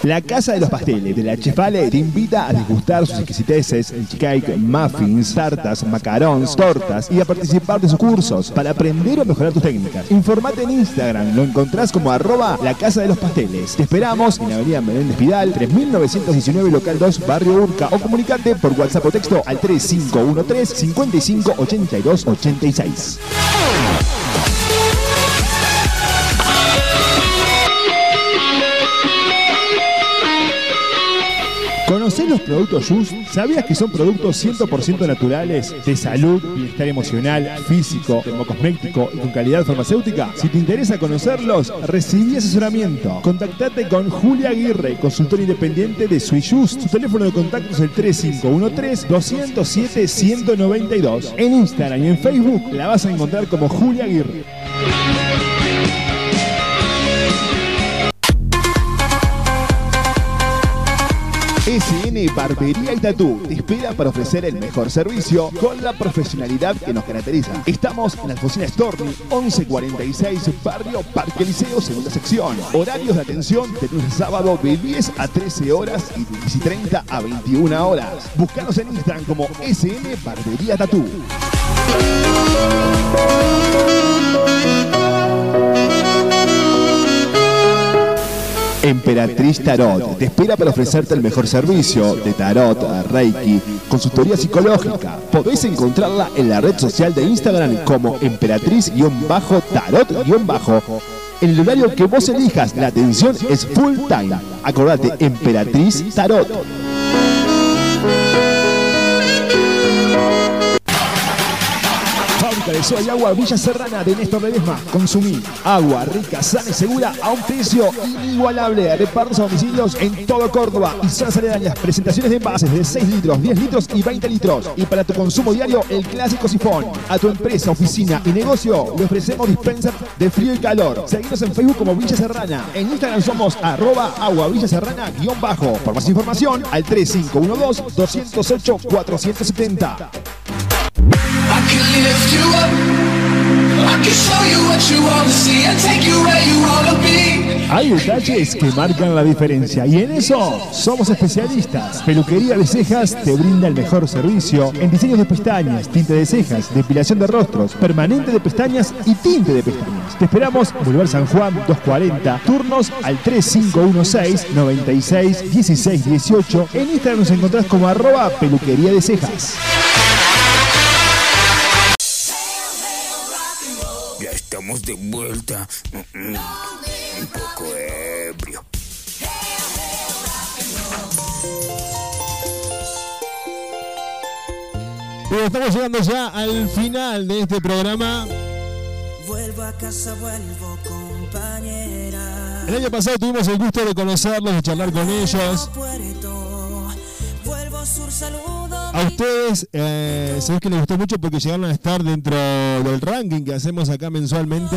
La Casa de los Pasteles de la Chefale te invita a degustar sus exquisiteces, el cheesecake, muffins, tartas, macarons, tortas y a participar de sus cursos para aprender o mejorar tus técnicas. Informate en Instagram, lo encontrás como @La Casa de los Pasteles. Te esperamos en la avenida Menéndez Pidal, 3919 local 2, barrio Urca, o comunicate por WhatsApp o texto al 3513 55 82 86. ¿Conocés los productos Just? ¿Sabías que son productos 100% naturales, de salud, bienestar emocional, físico, termocosmético y con calidad farmacéutica? Si te interesa conocerlos, recibí asesoramiento. Contactate con Julia Aguirre, consultora independiente de Sui Just. Su teléfono de contacto es el 3513-207-192. En Instagram y en Facebook la vas a encontrar como Julia Aguirre. SN Barbería y Tatú te espera para ofrecer el mejor servicio con la profesionalidad que nos caracteriza. Estamos en Alfonsina Storni, 1146, barrio Parque Liceo, segunda sección. Horarios de atención de lunes a sábado de 10 a 13 horas y de 10:30 a 21 horas. Búscanos en Instagram como SN Barbería Tatú. Emperatriz Tarot te espera para ofrecerte el mejor servicio de tarot, reiki, consultoría psicológica. Podés encontrarla en la red social de Instagram como emperatriz-tarot- en el horario que vos elijas. La atención es full time. Acordate, Emperatriz Tarot. Fábrica de soda y agua Villa Serrana de Néstor Ledesma. Consumí agua rica, sana y segura a un precio inigualable. Repartos a domicilios en todo Córdoba y zonas aledañas. Presentaciones de envases de 6 litros, 10 litros y 20 litros. Y para tu consumo diario, el clásico sifón. A tu empresa, oficina y negocio le ofrecemos dispenser de frío y calor. Seguinos en Facebook como Villa Serrana. En Instagram somos @aguavillaserrana_. Por más información al 3512-208-470. Hay detalles que marcan la diferencia y en eso somos especialistas. Peluquería de Cejas te brinda el mejor servicio en diseños de pestañas, tinte de cejas, depilación de rostros, permanente de pestañas y tinte de pestañas. Te esperamos en Boulevard San Juan 240, turnos al 3516-961618. En Instagram nos encontrás como @peluquería de cejas. Estamos de vuelta, un poco ebrio. Bueno, estamos llegando ya al final de este programa. Vuelvo a casa, vuelvo, compañera. El año pasado tuvimos el gusto de conocerlos, de charlar con ellos. Vuelvo sur, saludo. A ustedes, sabes que les gustó mucho porque llegaron a estar dentro del ranking que hacemos acá mensualmente.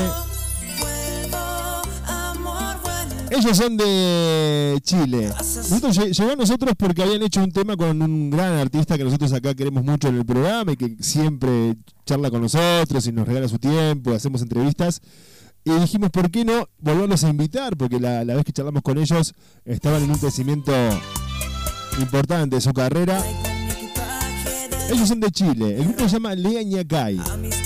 Ellos son de Chile. Llegó a nosotros porque habían hecho un tema con un gran artista que nosotros acá queremos mucho en el programa y que siempre charla con nosotros y nos regala su tiempo, hacemos entrevistas. Y dijimos, ¿por qué no volverlos a invitar? Porque la vez que charlamos con ellos estaban en un crecimiento importante de su carrera. Ellos son de Chile. El grupo se llama Lea Ñacay.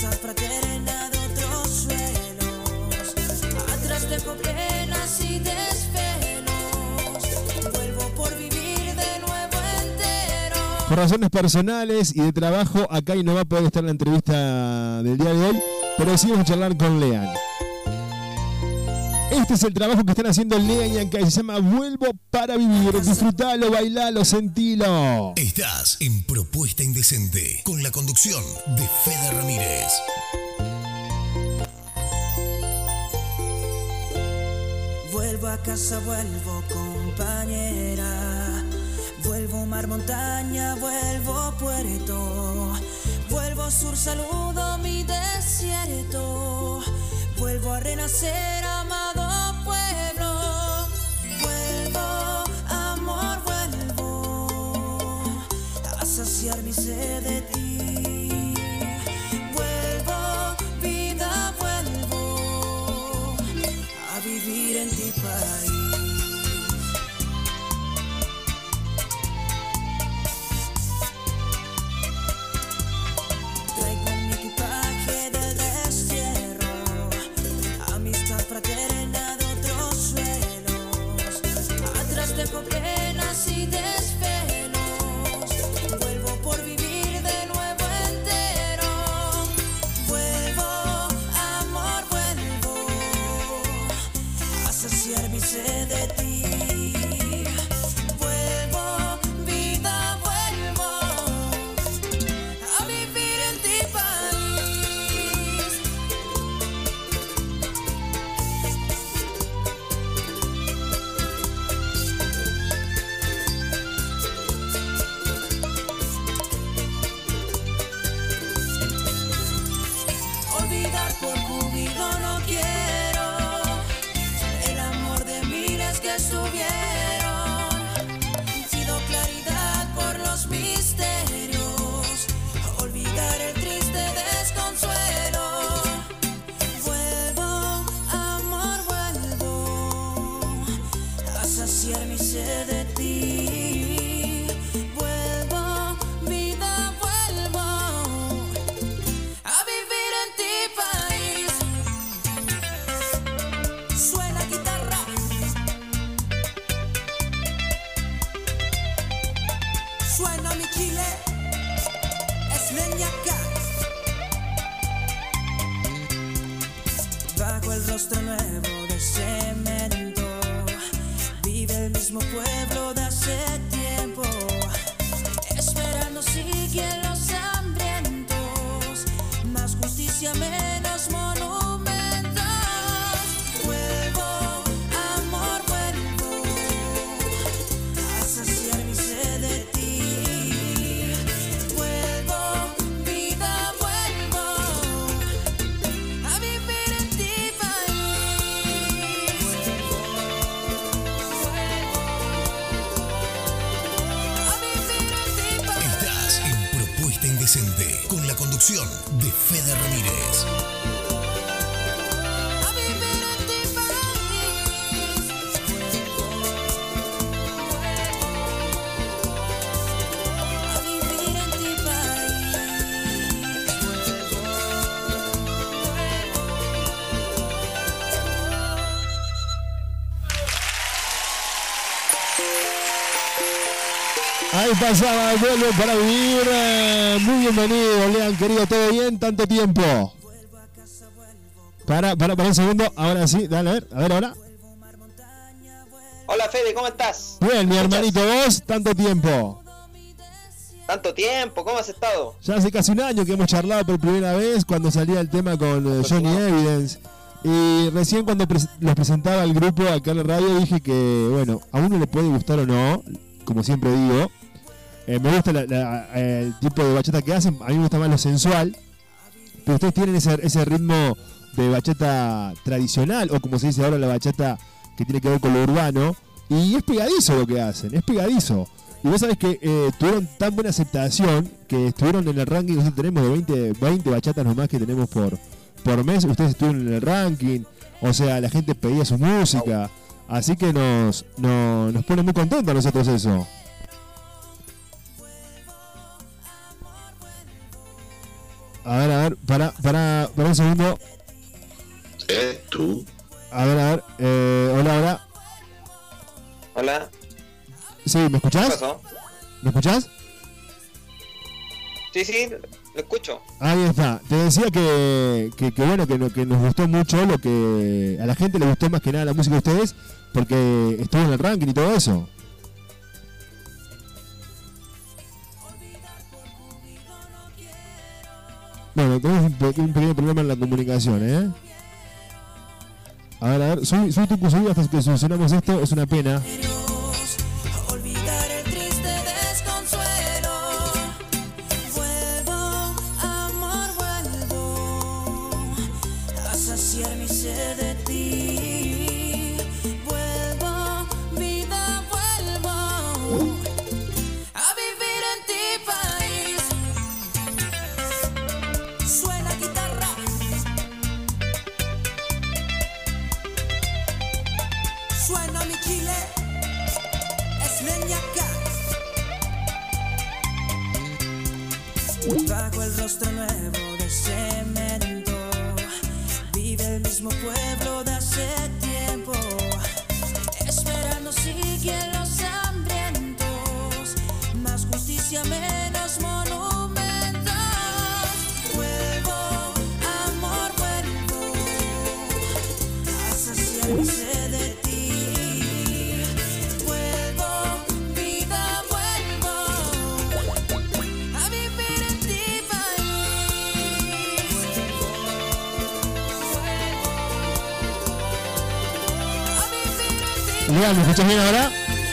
Por razones personales y de trabajo, acá y no va a poder estar en la entrevista del día de hoy, pero sí vamos a charlar con Lean. Este es el trabajo que están haciendo Lea Ñacay, se llama Vuelvo para vivir. Disfrutalo, bailalo, sentilo. Estás en Propuesta Indecente, con la conducción de Fede Ramírez. Vuelvo a casa, vuelvo, compañera. Vuelvo mar, montaña, vuelvo puerto. Vuelvo sur, saludo mi desierto. Vuelvo a renacer, amado pueblo. Vuelvo, amor, vuelvo a saciar mi sed de ti. Vuelvo, vida, vuelvo a vivir en ti país. estuvieron. Pido claridad por los misterios, olvidar el triste desconsuelo. Vuelvo, amor, vuelvo a saciar mi sed de ti. Vuelvo, vida, vuelvo a vivir en ti, país. Suena guitarra, suena mi Chile, es leña acá. Bajo el rostro nuevo de cemento vive el mismo pueblo de hace tiempo, esperando siguen los hambrientos, más justicia, menos monumentos. Vuelvo, amor, vuelvo a saciar mi sed de ti. Vuelvo, vida, vuelvo a vivir en ti, país. A vivir en ti, país. Estás en Propuesta Indecente con la conducción de Fede Ramírez. A vivir en ti, país. A vivir en ti, Ahí pasaba el vuelo para vivir. Muy bienvenido, Lean, querido, ¿todo bien? Tanto tiempo. Para un segundo, ahora sí, dale, a ver ahora. Hola Fede, ¿cómo estás? Bien, mi hermanito, vos, tanto tiempo. Tanto tiempo, ¿cómo has estado? Ya hace casi un año que hemos charlado por primera vez cuando salía el tema con Johnny Evidence. Y recién cuando los presentaba el grupo acá en la radio dije que, bueno, a uno le puede gustar o no, como siempre digo. Me gusta el tipo de bachata que hacen, a mí me gusta más lo sensual. Pero ustedes tienen ese ritmo de bachata tradicional, o como se dice ahora, la bachata que tiene que ver con lo urbano. Y es pegadizo lo que hacen, es pegadizo. Y vos sabés que tuvieron tan buena aceptación que estuvieron en el ranking. Nosotros tenemos de 20 bachatas nomás que tenemos por mes. Ustedes estuvieron en el ranking. O sea, la gente pedía su música. Así que nos pone muy contentos a nosotros eso. A ver, para un segundo. ¿Tú? A ver, hola. Hola. Sí, ¿me ¿Qué escuchás? pasó? ¿Me escuchás? Sí, lo escucho. Ahí está. Te decía que bueno, que nos gustó mucho, lo que a la gente le gustó más que nada la música de ustedes, porque estuvo en el ranking y todo eso. Bueno, tenemos un pequeño problema en la comunicación, ¿eh? A ver, subí hasta que solucionamos esto, es una pena. olvidar el triste desconsuelo. Vuelvo, amor, vuelvo a saciar mi sed de ti. Vuelvo, vida, vuelvo a vivir en ti, país. Suena guitarra, suena mi Chile, es leña acá. Bajo el rostro nuevo de cemento vive el mismo pueblo de hace tiempo, esperando siguen los hambrientos, más justicia, menos monumentos. Vuelvo, amor, vuelvo a saciar mi sed de ti. Vuelvo, vida, vuelvo a vivir en ti, país. A vivir en ti, Leal, ¿me escuchás bien ahora?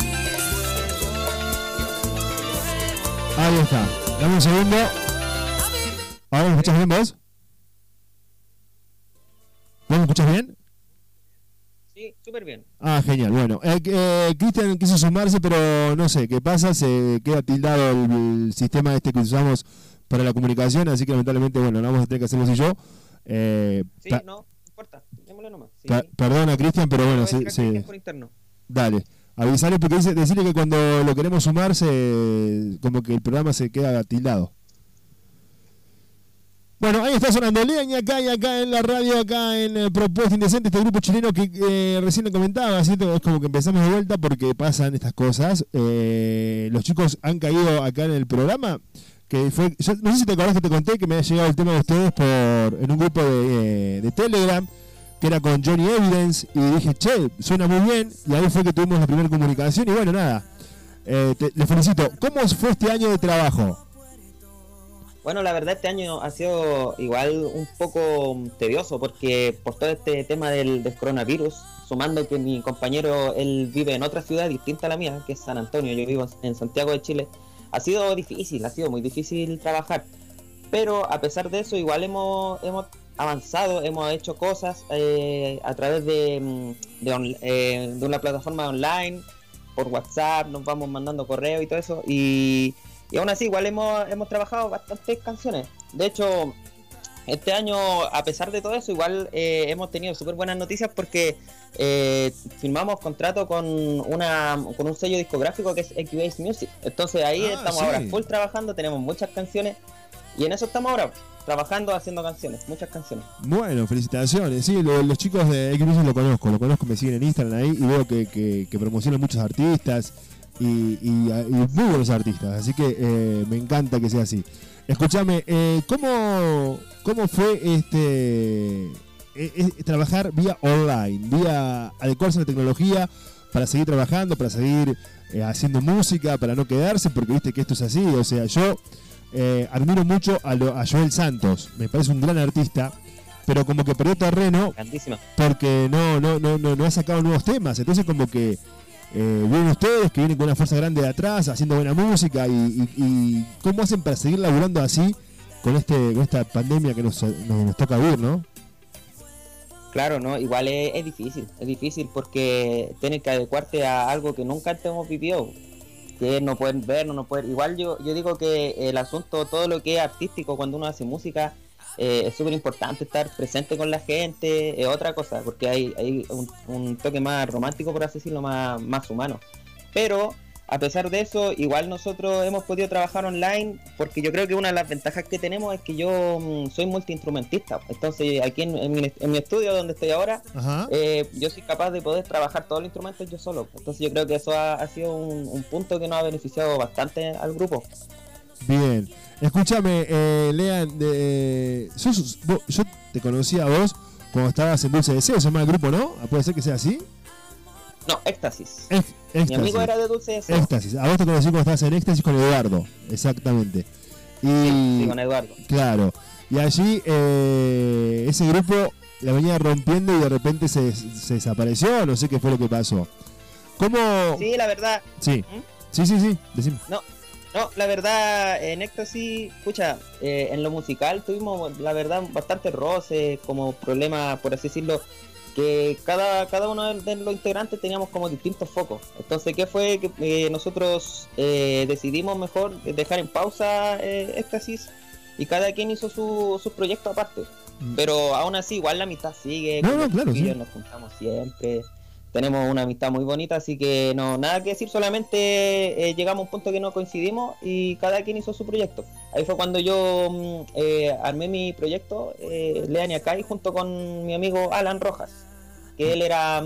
Ahí está. Dame un segundo. ¿Ahora me escuchás bien vos? ¿Vos me escuchás bien? Sí, Sí, súper bien. Ah, genial. Bueno, Cristian quiso sumarse, pero no sé qué pasa. Se queda tildado el sistema este que usamos para la comunicación, así que lamentablemente, bueno, no vamos a tener que hacerlo así yo. Sí, no importa, démosle nomás. Sí. Perdona, Cristian, pero bueno, Voy a decir a Cristian por interno. dale. Avisale porque decirle que cuando lo queremos sumarse, como que el programa se queda tildado. Bueno, ahí está sonando Lean y acá en la radio, acá en Propuesta Indecente, este grupo chileno que recién lo comentaba, ¿cierto? Es como que empezamos de vuelta porque pasan estas cosas. Los chicos han caído acá en el programa, que fue, yo no sé si te acordás que te conté que me había llegado el tema de ustedes en un grupo de Telegram, que era con Johnny Evidence, y dije, che, suena muy bien, y ahí fue que tuvimos la primera comunicación, y bueno, nada, les felicito. ¿Cómo fue este año de trabajo? Bueno, la verdad este año ha sido igual un poco tedioso porque por todo este tema del coronavirus, sumando que mi compañero, él vive en otra ciudad distinta a la mía, que es San Antonio, yo vivo en Santiago de Chile, ha sido muy difícil trabajar, pero a pesar de eso igual hemos avanzado, hemos hecho cosas a través de una plataforma online, por WhatsApp, nos vamos mandando correo y todo eso, y aún así igual hemos trabajado bastantes canciones. De hecho, este año, a pesar de todo eso, igual hemos tenido súper buenas noticias porque firmamos contrato con un sello discográfico que es Cubase Music. Entonces ahí estamos ahora full trabajando, tenemos muchas canciones y en eso estamos ahora, trabajando, haciendo canciones, muchas canciones. Bueno, felicitaciones. Sí, los chicos de Cubase lo conozco, me siguen en Instagram ahí y veo que promocionan muchos artistas. Y muy buenos artistas, así que me encanta que sea así. Escúchame, ¿cómo fue trabajar vía online, vía adecuarse a la tecnología para seguir trabajando, para seguir haciendo música, para no quedarse, porque viste que esto es así? O sea, yo admiro mucho a Joel Santos, me parece un gran artista, pero como que perdió terreno. Grandísima. Porque no ha sacado nuevos temas, entonces como que vienen ustedes que vienen con una fuerza grande de atrás haciendo buena música y ¿cómo hacen para seguir laburando así con esta pandemia que nos toca vivir, ¿no? Claro, no, igual es difícil porque tienes que adecuarte a algo que nunca antes hemos vivido, que no pueden ver, no pueden. Igual yo digo que el asunto, todo lo que es artístico cuando uno hace música, es súper importante estar presente con la gente, es otra cosa, porque hay un toque más romántico, por así decirlo, más humano. Pero a pesar de eso, igual nosotros hemos podido trabajar online, porque yo creo que una de las ventajas que tenemos es que yo soy multiinstrumentista. Entonces aquí en mi estudio donde estoy ahora, yo soy capaz de poder trabajar todos los instrumentos yo solo. Entonces yo creo que eso ha sido un punto que nos ha beneficiado bastante al grupo. Bien. Escúchame, Lean, yo te conocí a vos cuando estabas en Dulce Deseo, se llama el grupo, ¿no? ¿Puede ser que sea así? No, Éxtasis. Éxtasis. Mi amigo era de Dulce Deseo. Éxtasis. A vos te conocí cuando estabas en Éxtasis con Eduardo, exactamente. Sí, con Eduardo. Claro. Y allí ese grupo la venía rompiendo y de repente se desapareció, no sé qué fue lo que pasó. ¿Cómo? Sí, la verdad. Sí. Sí, decime. No, la verdad, en Éxtasis, escucha, en lo musical tuvimos, la verdad, bastante roces, como problemas, por así decirlo, que cada uno de los integrantes teníamos como distintos focos. Entonces, ¿qué fue? Que nosotros decidimos mejor dejar en pausa Éxtasis y cada quien hizo sus proyectos aparte. Pero aún así, igual la amistad sigue, claro, sí. Nos juntamos siempre. Tenemos una amistad muy bonita, así que no, nada que decir, solamente llegamos a un punto que no coincidimos y cada quien hizo su proyecto. Ahí fue cuando yo armé mi proyecto, Lean y Akai, junto con mi amigo Alan Rojas, que él era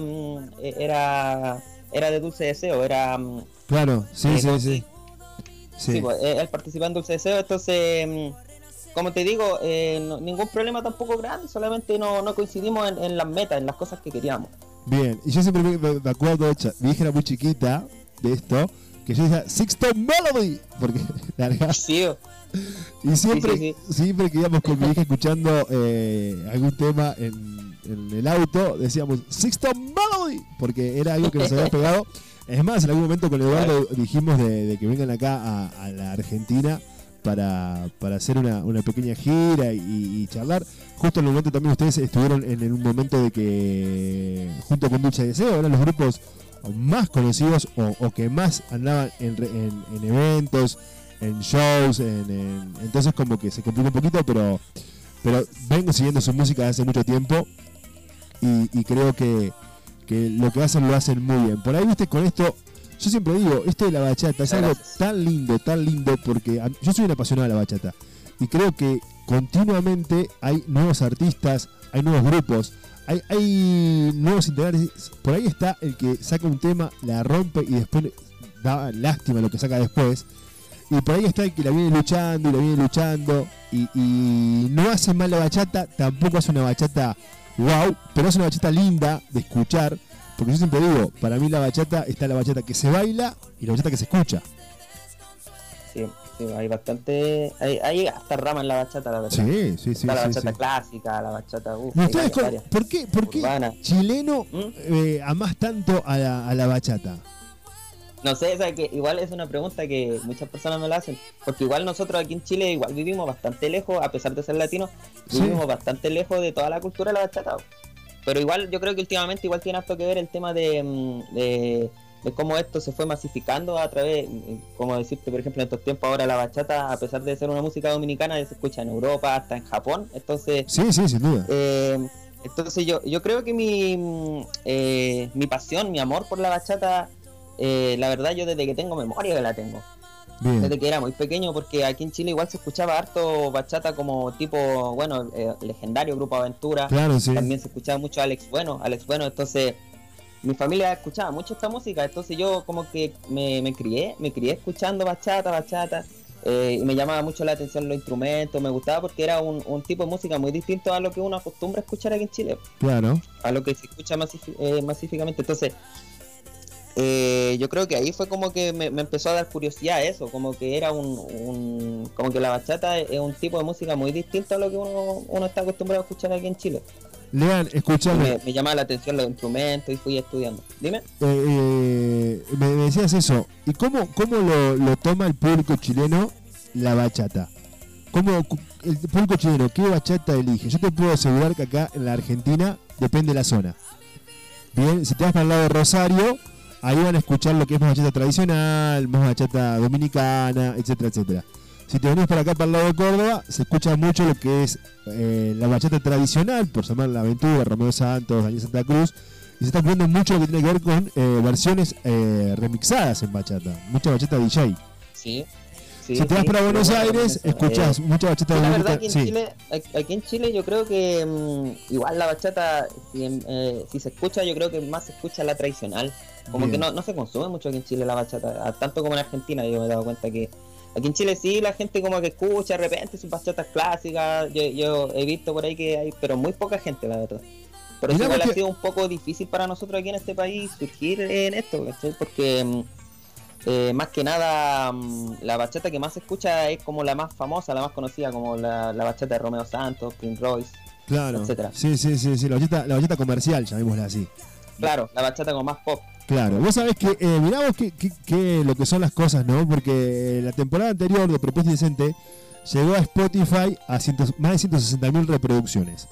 de Dulce Deseo, claro, sí. Sí, pues, él participaba en Dulce Deseo, entonces, como te digo, ningún problema tampoco grande, solamente no coincidimos en las metas, en las cosas que queríamos. Bien, y yo siempre me acuerdo, mi hija era muy chiquita de esto, que yo decía Sixto Melody, porque larga. Sí. Y siempre que íbamos con mi hija escuchando algún tema en el auto, decíamos Sixto Melody, porque era algo que nos había pegado. Es más, en algún momento con Eduardo dijimos de que vengan acá a la Argentina para hacer una pequeña gira y charlar. Justo en el momento también ustedes estuvieron en un momento de que, junto con Dulce Deseo, eran los grupos más conocidos o que más andaban en eventos, en shows, entonces como que se complica un poquito, pero vengo siguiendo su música desde hace mucho tiempo y creo que lo que hacen lo hacen muy bien. Por ahí, viste, con esto, yo siempre digo, esto de la bachata es algo tan lindo, porque yo soy un apasionado de la bachata y creo que continuamente hay nuevos artistas, hay nuevos grupos, hay nuevos integrantes. Por ahí está el que saca un tema, la rompe y después da lástima lo que saca después. Y por ahí está el que la viene luchando y no hace mal la bachata, tampoco hace una bachata wow, pero es una bachata linda de escuchar, porque yo siempre digo, para mí la bachata está la bachata que se baila y la bachata que se escucha. Sí, hay bastante, hay hasta rama en la bachata, la verdad. Sí. Está la bachata clásica, la bachata, ¿Y ustedes por qué chileno amás tanto a la bachata? No sé, o sea, que igual es una pregunta que muchas personas me la hacen, porque igual nosotros aquí en Chile igual vivimos bastante lejos, a pesar de ser latinos, vivimos bastante lejos de toda la cultura de la bachata. Pero igual yo creo que últimamente igual tiene harto que ver el tema de cómo esto se fue masificando a través, como decirte, por ejemplo, en estos tiempos ahora la bachata, a pesar de ser una música dominicana, ya se escucha en Europa, hasta en Japón, entonces... Sí, sin duda. Entonces yo creo que mi pasión, mi amor por la bachata... la verdad yo desde que tengo memoria que la tengo. Bien. Desde que era muy pequeño, porque aquí en Chile igual se escuchaba harto bachata como tipo, bueno, legendario Grupo Aventura. Claro, sí. También se escuchaba mucho Alex Bueno, entonces mi familia escuchaba mucho esta música, entonces yo como que me crié escuchando bachata, y me llamaba mucho la atención los instrumentos, me gustaba porque era un tipo de música muy distinto a lo que uno acostumbra a escuchar aquí en Chile. Claro. A lo que se escucha masíficamente, entonces... yo creo que ahí fue como que me empezó a dar curiosidad eso, como que era como que la bachata es un tipo de música muy distinto a lo que uno está acostumbrado a escuchar aquí en Chile. Lean, escúchame. Me llamaba la atención los instrumentos y fui estudiando. Dime. Me decías eso. ¿Y cómo lo toma el público chileno la bachata? ¿Cómo el público chileno qué bachata elige? Yo te puedo asegurar que acá en la Argentina depende de la zona. Bien, si te vas para el lado de Rosario, ahí van a escuchar lo que es más bachata tradicional, más bachata dominicana, etcétera. Si te venís para acá, para el lado de Córdoba, se escucha mucho lo que es la bachata tradicional, por llamar La Aventura, Romeo Santos, Daniel Santa Cruz, y se está poniendo mucho lo que tiene que ver con versiones remixadas en bachata, mucha bachata DJ. Sí. Si te vas para Buenos Aires, escuchás mucha bachata dominicana. La verdad que aquí en Chile yo creo que igual la bachata, si se escucha, yo creo que más se escucha la tradicional. Como bien. Que no se consume mucho aquí en Chile la bachata, tanto como en Argentina. Yo me he dado cuenta que aquí en Chile sí la gente como que escucha de repente sus bachatas clásicas. Yo he visto por ahí que hay, pero muy poca gente, la verdad. Pero eso igual ha sido un poco difícil para nosotros aquí en este país surgir en esto, ¿cachai? Porque más que nada la bachata que más se escucha es como la más famosa, la más conocida, como la bachata de Romeo Santos, Prince Royce, claro, etcétera. Sí, la bachata comercial, llamémosla así. Claro, la bachata como más pop. Claro, vos sabés que, mirá vos que lo que son las cosas, ¿no? Porque la temporada anterior de Propuesta Indecente llegó a Spotify a más de 160.000 reproducciones.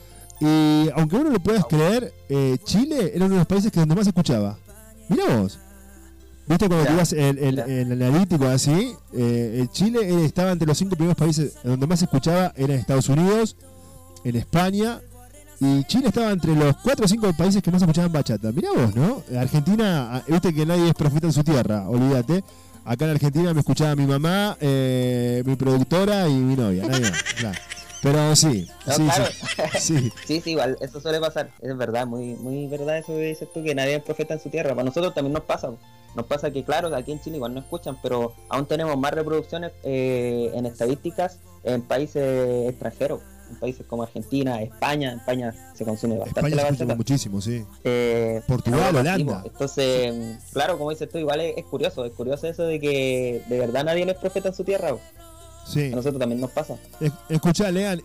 Y aunque uno lo puedas creer, Chile era uno de los países que donde más se escuchaba. Mirá vos. ¿Viste cuando tiras el analítico así? Chile estaba entre los 5 primeros países donde más se escuchaba, era en Estados Unidos, en España, y Chile estaba entre los 4 o 5 países que más escuchaban bachata. Mirá vos, ¿no? Argentina, viste que nadie es profeta en su tierra, olvídate. Acá en Argentina me escuchaba mi mamá, mi productora y mi novia, nadie más. Claro. Pero sí, no, sí, claro. Sí. Sí, igual, eso suele pasar, es verdad, muy verdad eso que dices tú, que nadie es profeta en su tierra. Para nosotros también nos pasa que claro, aquí en Chile igual no escuchan, pero aún tenemos más reproducciones en estadísticas en países extranjeros, en países como Argentina, España se consume bastante España la se bachata. consume muchísimo, sí. Portugal, Holanda. Entonces, claro, como dices tú, igual es curioso eso de que de verdad nadie es profeta en su tierra. Sí. A nosotros también nos pasa. Escuchá, Lean,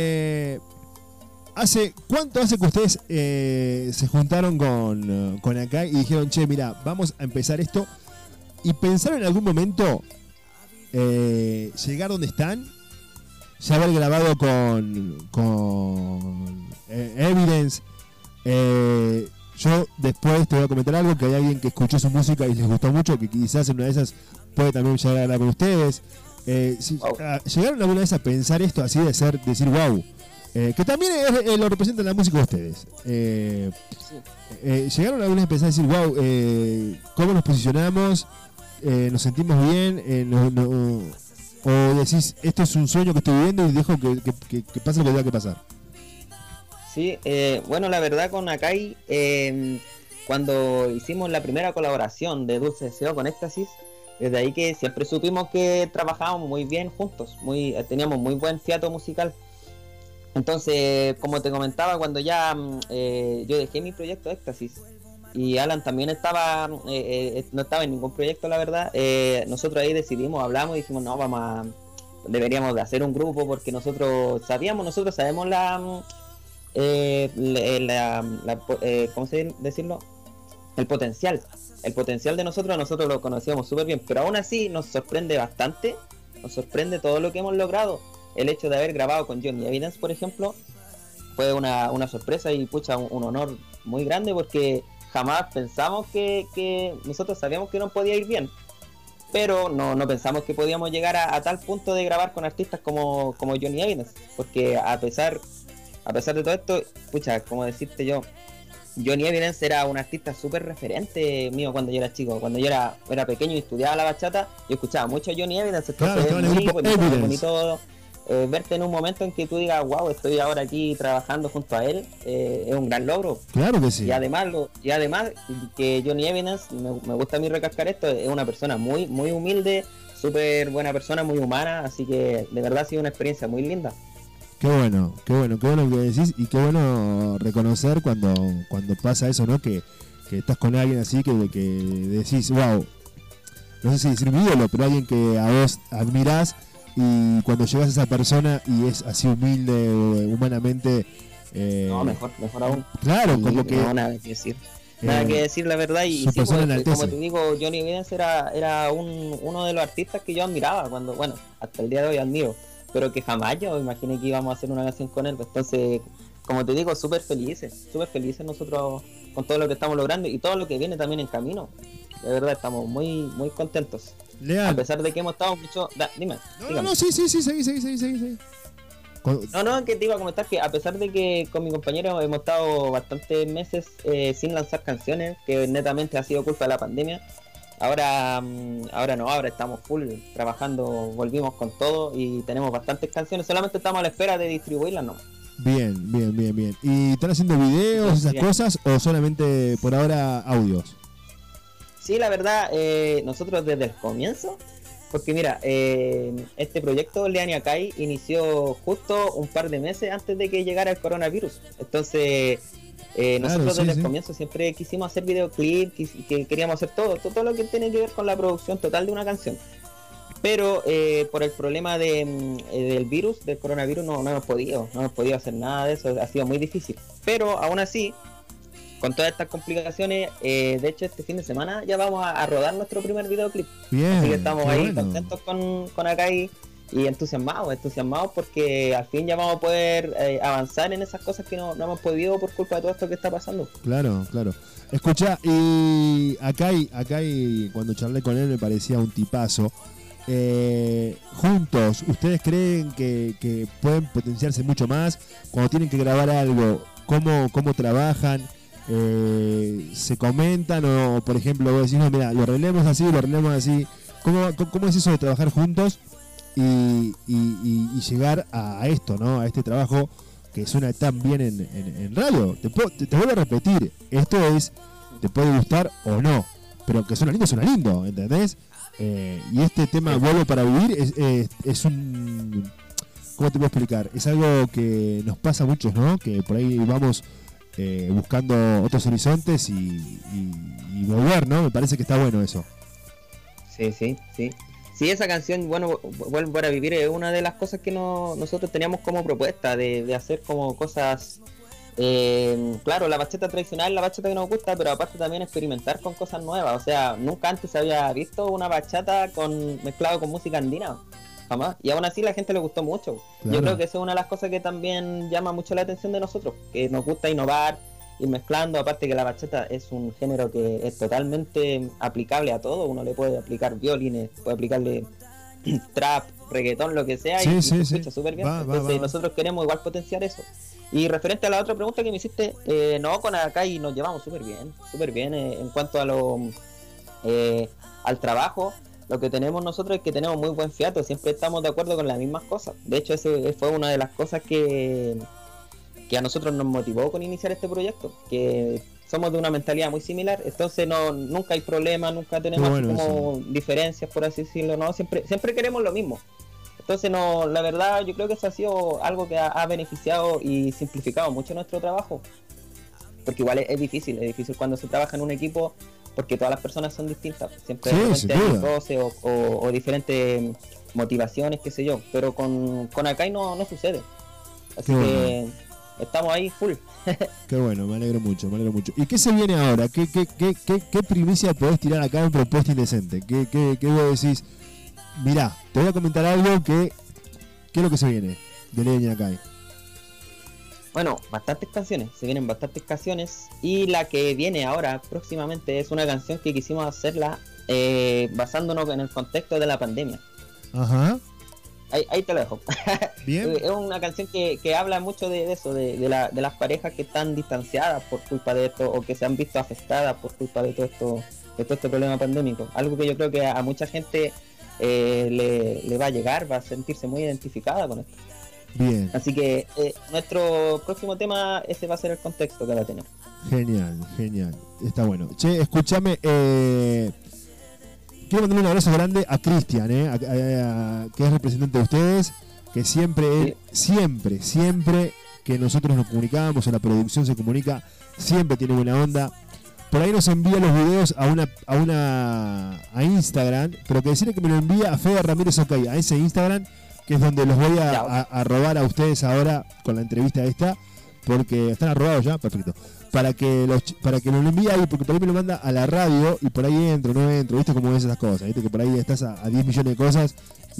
¿cuánto hace que ustedes se juntaron con acá y dijeron, che, mira, vamos a empezar esto? ¿Y pensaron en algún momento llegar donde están, ya haber grabado con Evidence. Yo después te voy a comentar algo, que hay alguien que escuchó su música y les gustó mucho, que quizás en una de esas puede también llegar a hablar con ustedes. ¿Llegaron alguna vez a pensar esto así de decir wow? Que también lo representan la música de ustedes. ¿Llegaron alguna vez a pensar decir wow, cómo nos posicionamos? ¿Nos sentimos bien? ¿O decís, esto es un sueño que estoy viviendo y dejo que pase lo que tenga que pasar? Sí, bueno, la verdad con Akai, cuando hicimos la primera colaboración de Dulce Deseo con Éxtasis, desde ahí que siempre supimos que trabajábamos muy bien juntos, teníamos muy buen fiato musical. Entonces, como te comentaba, cuando ya yo dejé mi proyecto Éxtasis y Alan también no estaba en ningún proyecto, la verdad, nosotros ahí decidimos, hablamos y dijimos, no, deberíamos de hacer un grupo, porque nosotros sabemos ¿cómo se decirlo? El potencial de nosotros lo conocíamos súper bien, pero aún así nos sorprende bastante, nos sorprende todo lo que hemos logrado. El hecho de haber grabado con Johnny Evidence, por ejemplo, fue una sorpresa y un honor muy grande, porque jamás pensamos que nosotros sabíamos que no podía ir bien, pero no pensamos que podíamos llegar a tal punto de grabar con artistas como Johnny Evidence, porque a pesar de todo esto, como decirte yo, Johnny Evidence era un artista súper referente mío cuando yo era chico. Cuando yo era pequeño y estudiaba la bachata, yo escuchaba mucho Johnny Evidence. Entonces claro, es muy bonito verte en un momento en que tú digas, wow, estoy ahora aquí trabajando junto a él. Es un gran logro. Claro que sí. Y además que Johnny Evidence, me gusta a mí recalcar esto, es una persona muy, muy humilde, súper buena persona, muy humana. Así que de verdad ha sido una experiencia muy linda. Qué bueno que decís, y qué bueno reconocer cuando pasa eso, ¿no? Que estás con alguien así que decís, wow, no sé si decir mi ídolo, pero alguien que a vos admirás, y cuando llegas a esa persona y es así humilde, humanamente... no, mejor aún. Claro, y como que... No, nada que decir. Nada que decir, la verdad. Y sí, como te digo, Johnny Evidence era uno de los artistas que yo admiraba, hasta el día de hoy admiro, pero que jamás yo imaginé que íbamos a hacer una canción con él. Entonces, como te digo, súper felices nosotros con todo lo que estamos logrando y todo lo que viene también en camino. De verdad estamos muy, muy contentos. Leal. A pesar de que hemos estado mucho... Dime. No, sí, seguí. No, que te iba a comentar que a pesar de que con mi compañero hemos estado bastantes meses sin lanzar canciones, que netamente ha sido culpa de la pandemia, ahora estamos full trabajando, volvimos con todo y tenemos bastantes canciones, solamente estamos a la espera de distribuirlas, ¿no? Bien. ¿Y están haciendo videos, esas cosas, o solamente por ahora audios? Sí, la verdad, nosotros desde el comienzo, porque mira, este proyecto Leani Akai inició justo un par de meses antes de que llegara el coronavirus. Entonces, nosotros desde el comienzo siempre quisimos hacer videoclip, que queríamos hacer todo lo que tiene que ver con la producción total de una canción. Pero por el problema del virus, del coronavirus, no hemos podido hacer nada de eso, ha sido muy difícil. Pero aún así, con todas estas complicaciones, de hecho este fin de semana ya vamos a rodar nuestro primer videoclip. Bien, así que estamos ahí bueno, contentos con Akai y entusiasmados porque al fin ya vamos a poder avanzar en esas cosas que no hemos podido por culpa de todo esto que está pasando. Claro. Escucha, y Akai, cuando charlé con él me parecía un tipazo. Juntos, ¿ustedes creen que pueden potenciarse mucho más? Cuando tienen que grabar algo, ¿cómo trabajan? ¿Se comentan? O por ejemplo vos decís, no, mira, lo arreglemos así. ¿Cómo es eso de trabajar juntos y llegar a esto, ¿no? A este trabajo que suena tan bien en radio? Te vuelvo a repetir, esto te puede gustar o no, pero que suena lindo, ¿entendés? Y este tema, Vuelvo para Vivir, es un... ¿Cómo te puedo explicar? Es algo que nos pasa a muchos, ¿no? Que por ahí vamos buscando otros horizontes y volver, ¿no? Me parece que está bueno eso. Sí, esa canción, Vuelvo para Vivir, es una de las cosas que nosotros teníamos como propuesta de hacer como cosas Claro, la bachata tradicional es la bachata que nos gusta, pero aparte también experimentar con cosas nuevas. O sea, nunca antes se había visto una bachata mezclado con música andina, jamás. Y aún así la gente le gustó mucho. Claro. Yo creo que eso es una de las cosas que también llama mucho la atención de nosotros, que nos gusta innovar, ir mezclando. Aparte que la bachata es un género que es totalmente aplicable a todo. Uno le puede aplicar violines, puede aplicarle trap, reggaetón, lo que sea, Sí, y sí, se sí. escucha súper bien. Va, Entonces va. nosotros queremos igual potenciar eso. Y referente a la otra pregunta que me hiciste, no, con Akai nos llevamos súper bien, en cuanto a al trabajo. Lo que tenemos nosotros es que tenemos muy buen fiato, siempre estamos de acuerdo con las mismas cosas. De hecho, ese fue una de las cosas que a nosotros nos motivó con iniciar este proyecto, que somos de una mentalidad muy similar. Entonces nunca hay problemas, nunca tenemos Qué bueno así como diferencias, por así decirlo. No, siempre queremos lo mismo. Entonces, no, la verdad, yo creo que eso ha sido algo que ha beneficiado y simplificado mucho nuestro trabajo. Porque igual es difícil cuando se trabaja en un equipo, porque todas las personas son distintas. Siempre Sí, de sin repente hay duda. roce o diferentes motivaciones, qué sé yo. Pero con Akai no sucede. Así Qué que estamos ahí full. Qué bueno, me alegro mucho. ¿Y qué se viene ahora? ¿Qué primicia podés tirar acá en Propuesta Indecente? ¿Qué vos decís? Mirá, te voy a comentar algo ¿qué es lo que se viene de Leña Akai? Bueno, se vienen bastantes canciones, y la que viene ahora próximamente es una canción que quisimos hacerla basándonos en el contexto de la pandemia. Ajá, Ahí te lo dejo. bien. Es una canción que habla mucho de eso, de las parejas que están distanciadas por culpa de esto, o que se han visto afectadas por culpa de todo este problema pandémico. Algo que yo creo que a mucha gente le va a llegar, va a sentirse muy identificada con esto. Bien, Así que nuestro próximo tema, ese va a ser el contexto que va a tener. genial. Está bueno. Che, escúchame, quiero mandarle un abrazo grande a Cristian, que es representante de ustedes, que siempre que nosotros nos comunicamos o la producción se comunica, siempre tiene buena onda. Por ahí nos envía los videos a Instagram, pero que decirle que me lo envía a Fede Ramírez OK, a ese Instagram, que es donde los voy a robar a ustedes ahora con la entrevista esta, porque están arrobados ya, perfecto. Para que me lo envíe ahí, porque por ahí me lo manda a la radio y por ahí no entro, ¿viste cómo ves esas cosas? ¿Viste que por ahí estás a 10 millones de cosas?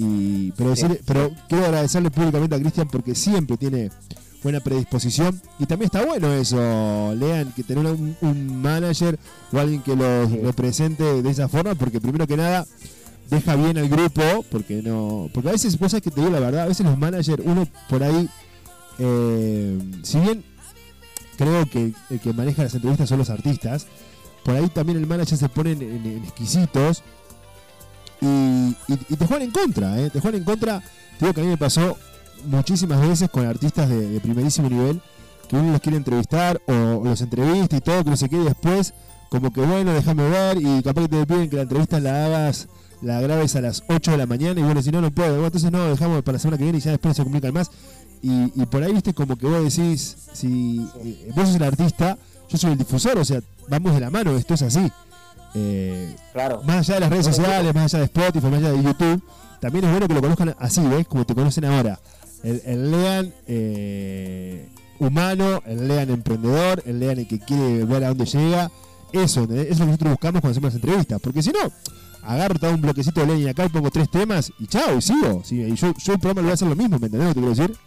Pero quiero agradecerle públicamente a Cristian porque siempre tiene buena predisposición, y también está bueno eso, Lean, que tener un manager o alguien que los represente de esa forma, porque primero que nada deja bien al grupo, porque a veces, cosas que te digo la verdad, a veces los managers, uno por ahí, si bien creo que el que maneja las entrevistas son los artistas, por ahí también el manager se pone en exquisitos y te juegan en contra, te juegan en contra. Te digo que a mí me pasó muchísimas veces con artistas de primerísimo nivel, que uno los quiere entrevistar o los entrevista y todo, que no sé qué, y después como que bueno, déjame ver, y capaz que te piden que la entrevista la grabes a las 8 de la mañana, y bueno, si no puedo, bueno, entonces no, dejamos para la semana que viene y ya después se comunican más, y por ahí viste como que vos decís, si vos sos el artista, yo soy el difusor, o sea, vamos de la mano, esto es así. Claro. Más allá de las redes sociales, más allá de Spotify, más allá de YouTube, también es bueno que lo conozcan así, ¿ves? Como te conocen ahora. El Lean humano, el Lean emprendedor, el Lean el que quiere ver a dónde llega. Eso es lo que nosotros buscamos cuando hacemos las entrevistas. Porque si no, agarro todo un bloquecito de Lean y acá y pongo 3 temas y chao, y sigo. Sí, y yo el programa lo voy a hacer lo mismo, ¿me entendés lo que te quiero decir?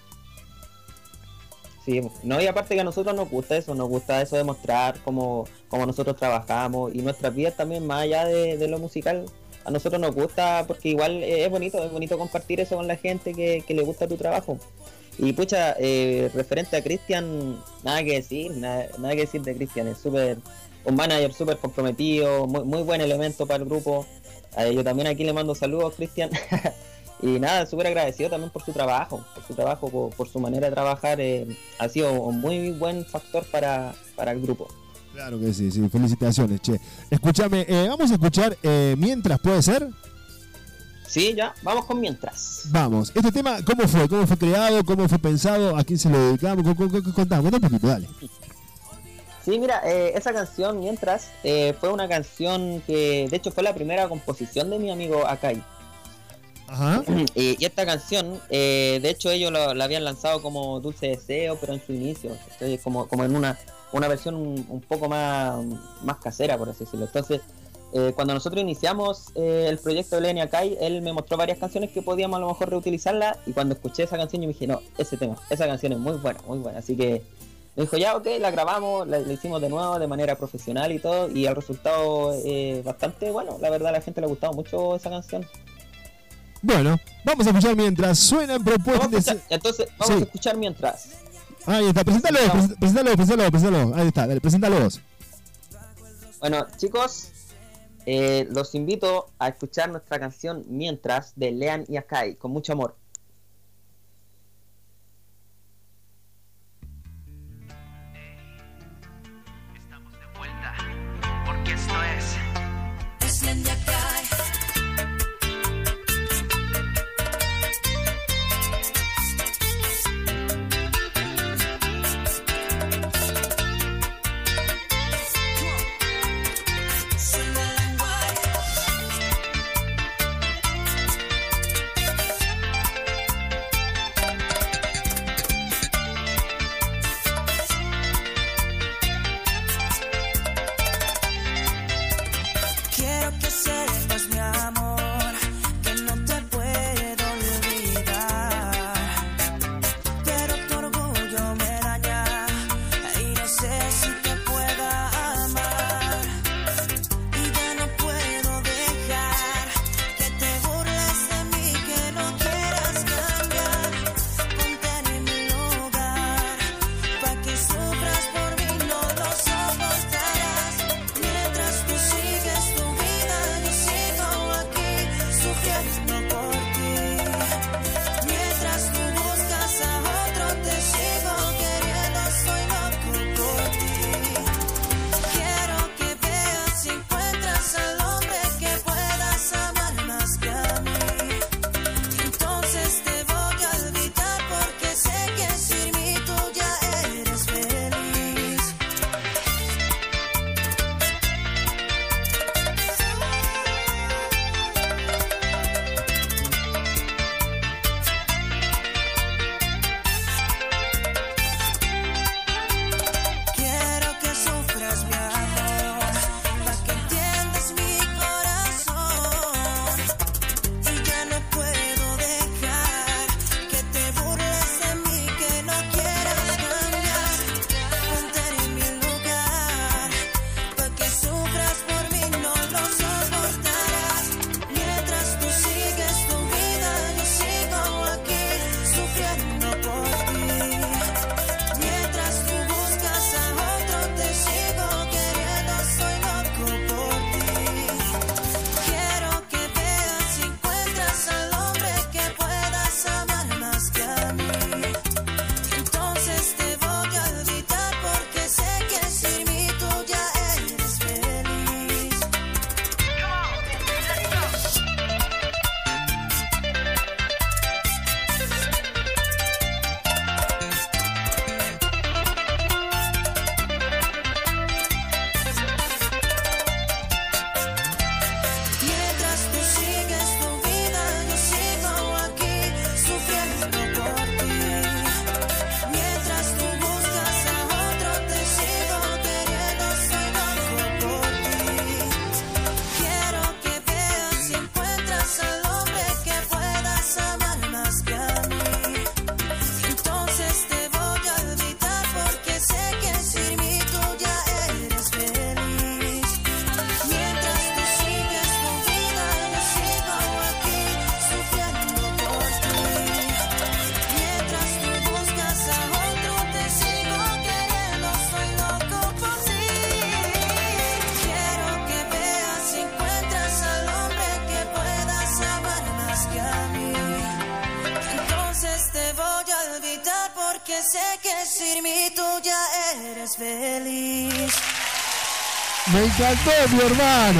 Sí, no, y aparte que a nosotros nos gusta eso de mostrar cómo nosotros trabajamos y nuestras vidas también, más allá de lo musical. A nosotros nos gusta porque igual es bonito compartir eso con la gente que le gusta tu trabajo. Y pucha, referente a Cristian, nada que decir de Cristian. Es un manager súper comprometido, muy buen elemento para el grupo. Yo también aquí le mando saludos, Cristian. Y nada, súper agradecido también por su trabajo, por su manera de trabajar. Ha sido un muy buen factor para el grupo. Claro que sí, felicitaciones, che. Escúchame, vamos a escuchar Mientras, ¿puede ser? Sí, ya, vamos con Mientras. Vamos, este tema, ¿cómo fue? ¿Cómo fue creado? ¿Cómo fue pensado? ¿A quién se lo dedicamos? Contá un poquito, dale. Sí, mira, esa canción, Mientras, fue una canción que, de hecho, fue la primera composición de mi amigo Akai. Ajá. Y esta canción, de hecho ellos la habían lanzado como Dulce Deseo, pero en su inicio, ¿cachai? como en una versión un poco más casera, por así decirlo. Entonces, cuando nosotros iniciamos el proyecto de Lenny Akai, él me mostró varias canciones que podíamos a lo mejor reutilizarla, y cuando escuché esa canción yo me dije, no, esa canción es muy buena, así que me dijo, ya, ok, la grabamos, la hicimos de nuevo de manera profesional y todo, y el resultado bastante bueno. La verdad, a la gente le ha gustado mucho esa canción. Bueno, vamos a escuchar mientras suenan propuestas. Entonces, vamos a escuchar mientras. Ahí está, preséntalo. Ahí está, dale, preséntalo vos. Bueno, chicos, los invito a escuchar nuestra canción Mientras de Lean y Akai, con mucho amor. Estamos de vuelta, porque esto es Lean y Akai. Feliz. Me encantó, mi hermano.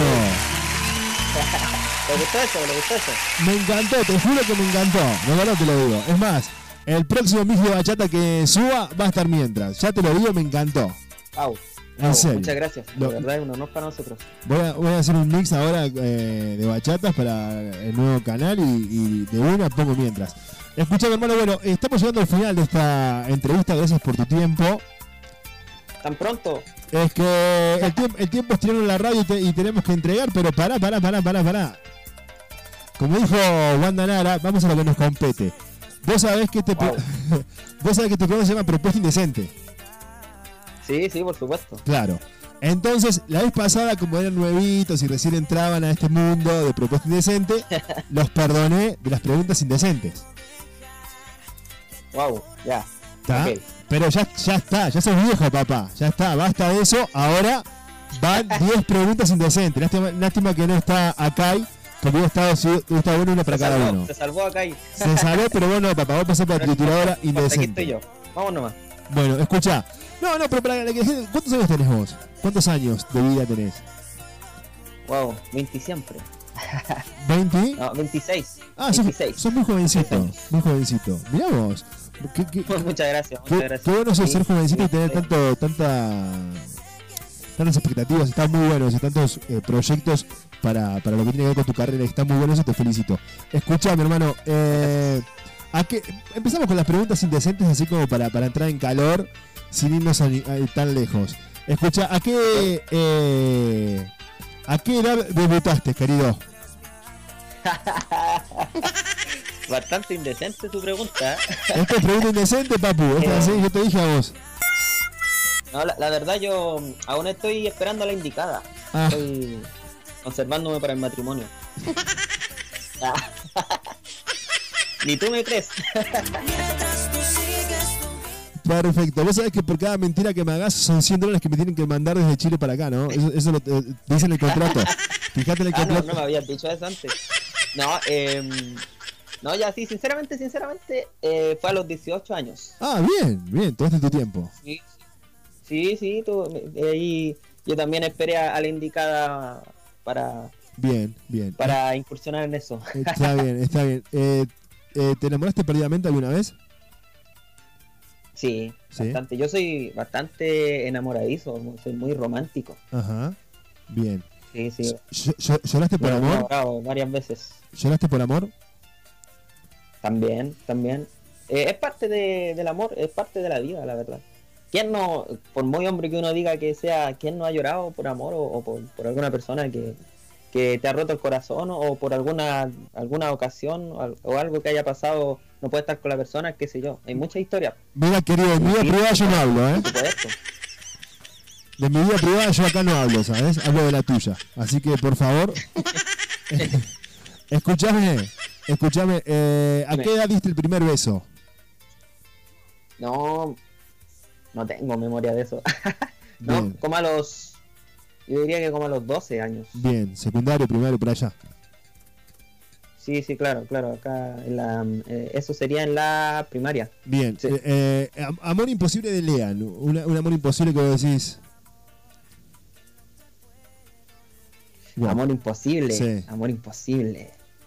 ¿Le gustó eso? Me encantó, te juro que me encantó. De verdad te lo digo. Es más, el próximo Mix de Bachata que suba va a estar mientras. Ya te lo digo, me encantó. Au. En serio. Muchas gracias, Lo- de verdad es un honor para nosotros. Voy a hacer un mix ahora de bachatas para el nuevo canal y de una pongo mientras. Escuchame, hermano, bueno, estamos llegando al final de esta entrevista, gracias por tu tiempo. ¿Tan pronto? Es que el tiempo es tirarlo en la radio y tenemos que entregar, pero pará. Como dijo Wanda Nara, vamos a lo que nos compete. Vos sabés que Wow. vos sabés que este programa se llama Propuesta Indecente. Sí, por supuesto. Claro. Entonces, la vez pasada, como eran nuevitos y recién entraban a este mundo de Propuesta Indecente, los perdoné de las preguntas indecentes. Wow, ya. ¿Está? Ok. Pero ya está, ya sos viejo, papá. Ya está, basta de eso. Ahora van 10 preguntas indecentes. Lástima que no está Akai, porque hubiera estado bueno una para cada uno. Se salvó acá y Se salvó, pero bueno, papá, vos pasás por la trituradora aquí estoy indecente. yo. Vamos nomás. Bueno, escucha. No, pero para que ¿cuántos años tenés vos? ¿Cuántos años de vida tenés? Wow, 20 siempre. ¿20? No, 26. Ah, 26. sos muy jovencito. 26 años. Muy jovencito. Mirá vos. Muchas gracias, Qué muchas gracias. bueno eso de Sí, ser jovencito y tener sí. tantas expectativas. Están muy buenos y tantos proyectos para lo que tiene que ver con tu carrera. Están muy buenos y te felicito. Escucha, mi hermano. Empezamos con las preguntas indecentes, así como para entrar en calor, sin irnos tan lejos. Escucha, ¿a qué edad debutaste, querido? Bastante indecente tu pregunta. Esta es pregunta indecente, papu. Esta es así, yo te dije a vos. No, la verdad yo aún estoy esperando a la indicada. Ah. Estoy conservándome para el matrimonio. Ah. Ni tú me crees. Perfecto. Vos sabés que por cada mentira que me hagas son $100 que me tienen que mandar desde Chile para acá, ¿no? Eso lo dice en el contrato. Fíjate en el Ah, no, contrato. no me habías dicho eso antes. No, ya sí, sinceramente, fue a los 18 años. Ah, bien, todo este tu tiempo. Sí, ahí yo también esperé a la indicada para Bien. incursionar en eso. Está bien. ¿Te enamoraste perdidamente alguna vez? Sí, ¿Sí? bastante. Yo soy bastante enamoradizo, soy muy romántico. Ajá. Bien. Sí. ¿Lloraste por Me he amor? enamorado varias veces. ¿Lloraste por amor? También. Es parte del amor, es parte de la vida, la verdad. ¿Quién no, por muy hombre que uno diga que sea, quién no ha llorado por amor o por alguna persona que te ha roto el corazón o por alguna ocasión o algo que haya pasado, no puede estar con la persona, qué sé yo? Hay muchas historias. Mira, querido, en mi vida privada yo no hablo, ¿eh? Por esto. De mi vida privada yo acá no hablo, ¿sabes? Hablo de la tuya. Así que, por favor, escúchame. ¿A qué edad diste el primer beso? No tengo memoria de eso. Bien. Yo diría que como a los 12 años. Bien, secundario, primario, por allá. Sí, claro, acá eso sería en la primaria. Bien, Sí. amor imposible de Lean, un amor imposible que vos decís. Bueno, Amor imposible. Sí. Amor imposible.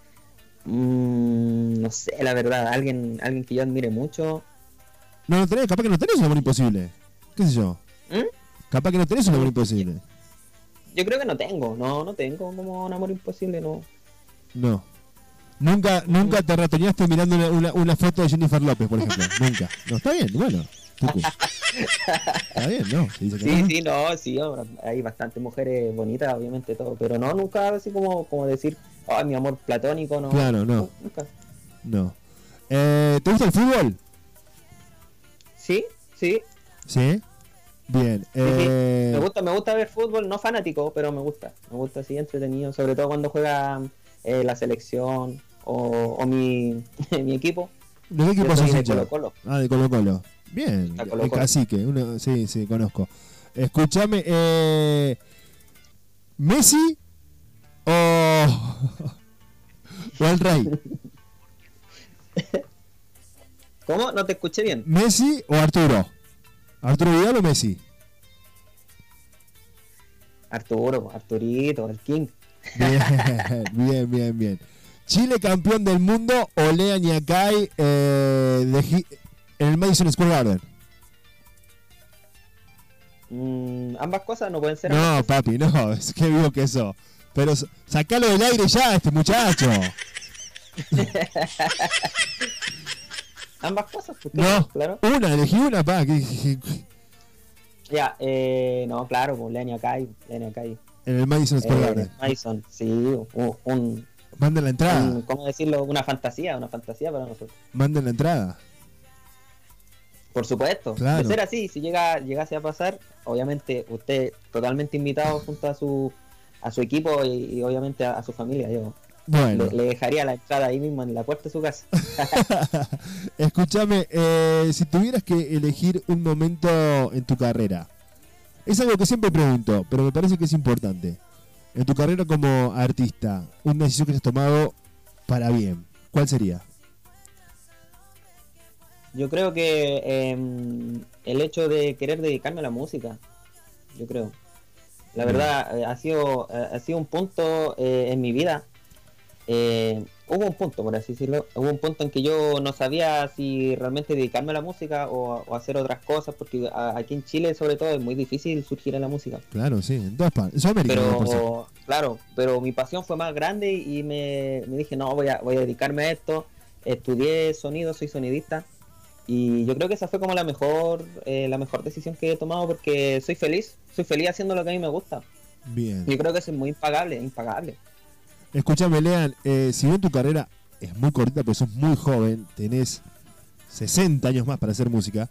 No sé, la verdad, alguien que yo admire mucho. no tenés, capaz que no tenés un amor imposible. ¿Qué sé yo? ¿Mm? Capaz que no tenés un amor imposible. Yo creo que no tengo como un amor imposible, no. No. Nunca te ratoneaste mirando una foto de Jennifer López, por ejemplo. Nunca. No, está bien, bueno. Tucu. Está bien, ¿no? Se dice que no. Sí, hay bastantes mujeres bonitas, obviamente todo, pero no, nunca así como decir, mi amor platónico, no. Claro, no. Nunca. No. ¿Te gusta el fútbol? Sí. Sí. Bien. Me gusta ver fútbol, no fanático, pero me gusta así entretenido, sobre todo cuando juega la selección o mi equipo. ¿De qué equipo Yo soy sos de hincha? Colo-Colo. Ah, de Colo-Colo. Bien, A Colo-Colo. el cacique. Sí, conozco. Escúchame, ¿Messi o el Rey? ¿Cómo? No te escuché bien. ¿Messi o Arturo? ¿Arturo Vidal o Messi? Arturito, el King. Bien. Chile campeón del mundo o Lean y Akai en el Madison Square Garden. Ambas cosas no pueden ser. No, papi, no, es que vivo que eso. Pero sacalo del aire ya, este muchacho. Ambas cosas, pues, No, claro. una, elegí una, pa. Ya, no, claro, pues Lenia Kai. En el Madison Square Garden. Madison, sí, Manden la entrada. ¿cómo decirlo? Una fantasía para nosotros. Manden la entrada. Por supuesto. Claro. De ser así, si llegase a pasar, obviamente usted totalmente invitado junto a su equipo y obviamente a su familia. Yo Bueno. le dejaría la entrada ahí mismo en la puerta de su casa. Escúchame, si tuvieras que elegir un momento en tu carrera, es algo que siempre pregunto, pero me parece que es importante. En tu carrera como artista, una decisión que has tomado para bien, ¿cuál sería? Yo creo que el hecho de querer dedicarme a la música, yo creo. La verdad, ha sido un punto en mi vida. Hubo un punto, por así decirlo, hubo un punto en que yo no sabía si realmente dedicarme a la música o hacer otras cosas, porque aquí en Chile sobre todo es muy difícil surgir en la música. Claro, sí, en todas partes. En Sudamérica, por sí. Pero, claro, pero mi pasión fue más grande y me dije, no, voy a dedicarme a esto. Estudié sonido, soy sonidista. Y yo creo que esa fue como la mejor decisión que he tomado, porque soy feliz haciendo lo que a mí me gusta. Bien. Yo creo que eso es muy impagable. Escúchame, Lean, si bien tu carrera es muy cortita, pero sos muy joven, tenés 60 años más para hacer música,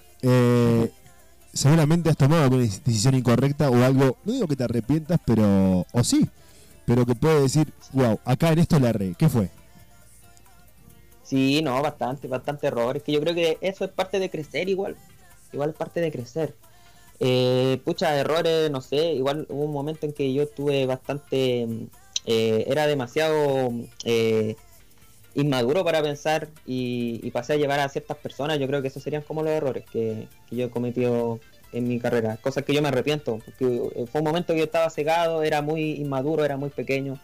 seguramente has tomado alguna decisión incorrecta o algo, no digo que te arrepientas, pero o sí, pero que puedes decir, wow, acá en esto la erré. ¿Qué fue? Sí, no, bastante errores, que yo creo que eso es parte de crecer igual es parte de crecer. Errores, no sé, igual hubo un momento en que yo tuve bastante... era demasiado inmaduro para pensar y pasé a llevar a ciertas personas. Yo creo que esos serían como los errores que yo he cometido en mi carrera, cosas que yo me arrepiento, porque fue un momento que yo estaba cegado, era muy inmaduro, era muy pequeño,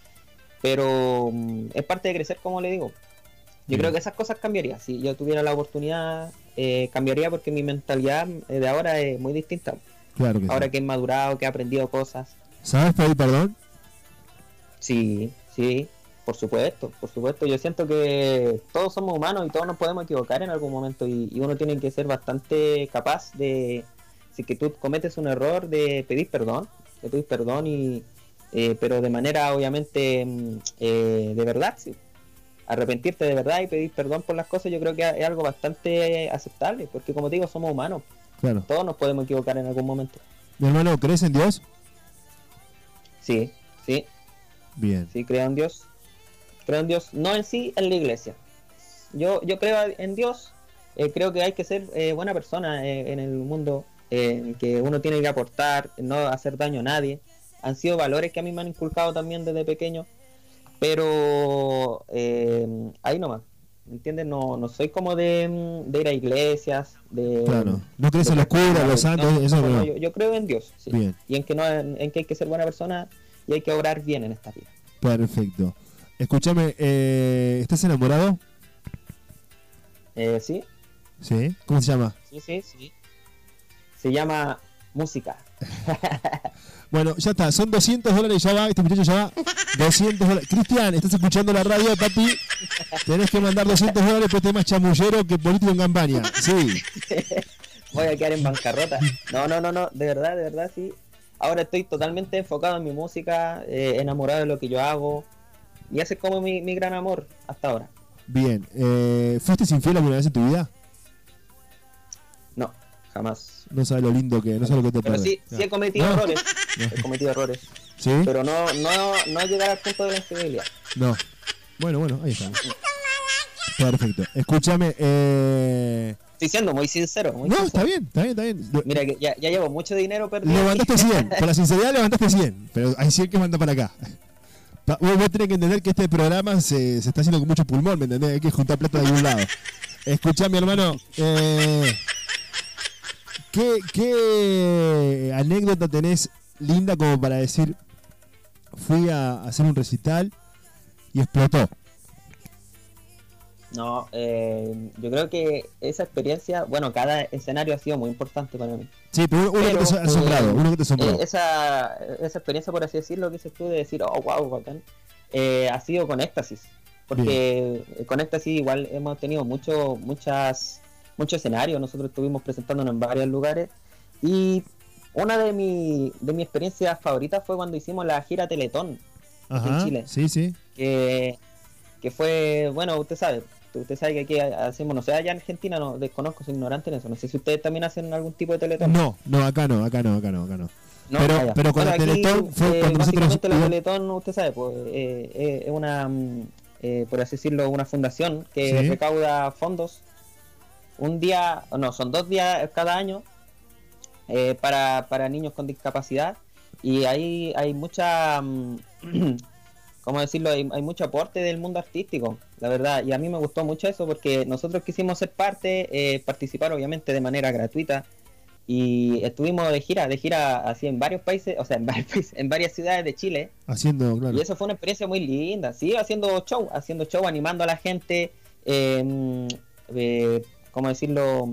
pero es parte de crecer, como le digo. Yo creo que esas cosas cambiaría, si yo tuviera la oportunidad, cambiaría, porque mi mentalidad de ahora es muy distinta. Claro que ahora sí. que he madurado, que he aprendido cosas. ¿Sabes pedir perdón? Sí, por supuesto. Yo siento que todos somos humanos y todos nos podemos equivocar en algún momento, y uno tiene que ser bastante capaz de, si que tú cometes un error, de pedir perdón y pero de manera obviamente de verdad, sí. Arrepentirte de verdad y pedir perdón por las cosas, yo creo que es algo bastante aceptable, porque como te digo, somos humanos. Claro. Todos nos podemos equivocar en algún momento. Mi hermano, ¿crees en Dios? Sí. Bien. Sí, creo en Dios, no en sí, en la iglesia. Yo creo en Dios, creo que hay que ser buena persona en el mundo, que uno tiene que aportar, no hacer daño a nadie. Han sido valores que a mí me han inculcado también desde pequeño, pero ahí nomás, ¿me entiendes? No soy como de ir a iglesias, Claro, no crees en los curas, los santos, eso no. Yo creo en Dios, sí. Bien. Y en que hay que ser buena persona y hay que obrar bien en esta vida. Perfecto. Escúchame, ¿estás enamorado? Sí. ¿Sí? ¿Cómo se llama? Sí. Se llama música. Bueno, ya está, son $200, ya va, este muchacho ya va. $200. Cristian, ¿estás escuchando la radio, papi? Tenés que mandar $200 por este más chamullero que político en campaña. Sí. Voy a quedar en bancarrota. No, de verdad, sí. Ahora estoy totalmente enfocado en mi música, enamorado de lo que yo hago. Y ese es como mi gran amor hasta ahora. Bien, ¿fuiste infiel alguna vez en tu vida? No, jamás. No sabes lo lindo que, no sabes lo que te Pero perdés. sí he cometido errores. He cometido errores. ¿Sí? Pero no llegar al punto de la infidelidad. No. Bueno, ahí está. Perfecto. Escúchame, Estoy siendo muy sincero. No, está bien. Mira, que ya llevo mucho dinero perdido. Levantaste 100, por la sinceridad levantaste 100, pero hay 100 que mandar para acá. Vos tenés que entender que este programa se está haciendo con mucho pulmón, ¿me entendés? Hay que juntar plata de algún lado. Escuchá, mi hermano, ¿qué anécdota tenés linda como para decir, fui a hacer un recital y explotó? No, yo creo que esa experiencia, bueno, cada escenario ha sido muy importante para mí. Sí, pero uno que te ha asombrado, uno que te asombró. Esa experiencia, por así decirlo, que dices tú de decir, oh, wow, bacán, ha sido con Éxtasis. Porque con Éxtasis igual hemos tenido muchos escenarios, nosotros estuvimos presentándonos en varios lugares. Y una de mis experiencias favoritas fue cuando hicimos la gira Teletón aquí en Chile. Sí, sí. Que fue, bueno, usted sabe que aquí hacemos, no sé, allá en Argentina no desconozco, soy ignorante en eso. No sé si ustedes también hacen algún tipo de Teletón. No, acá no. No, pero con la Teletón fue cuando nosotros... La Teletón, usted sabe, pues es una, por así decirlo, una fundación que recauda fondos son 2 días cada año para niños con discapacidad, y ahí hay mucha... ¿cómo decirlo? Hay mucho aporte del mundo artístico, la verdad, y a mí me gustó mucho eso porque nosotros quisimos ser parte, participar obviamente de manera gratuita, y estuvimos de gira así en varios países, o sea, en varias ciudades de Chile, haciendo, claro. Y eso fue una experiencia muy linda, sí, haciendo show, animando a la gente, ¿cómo decirlo?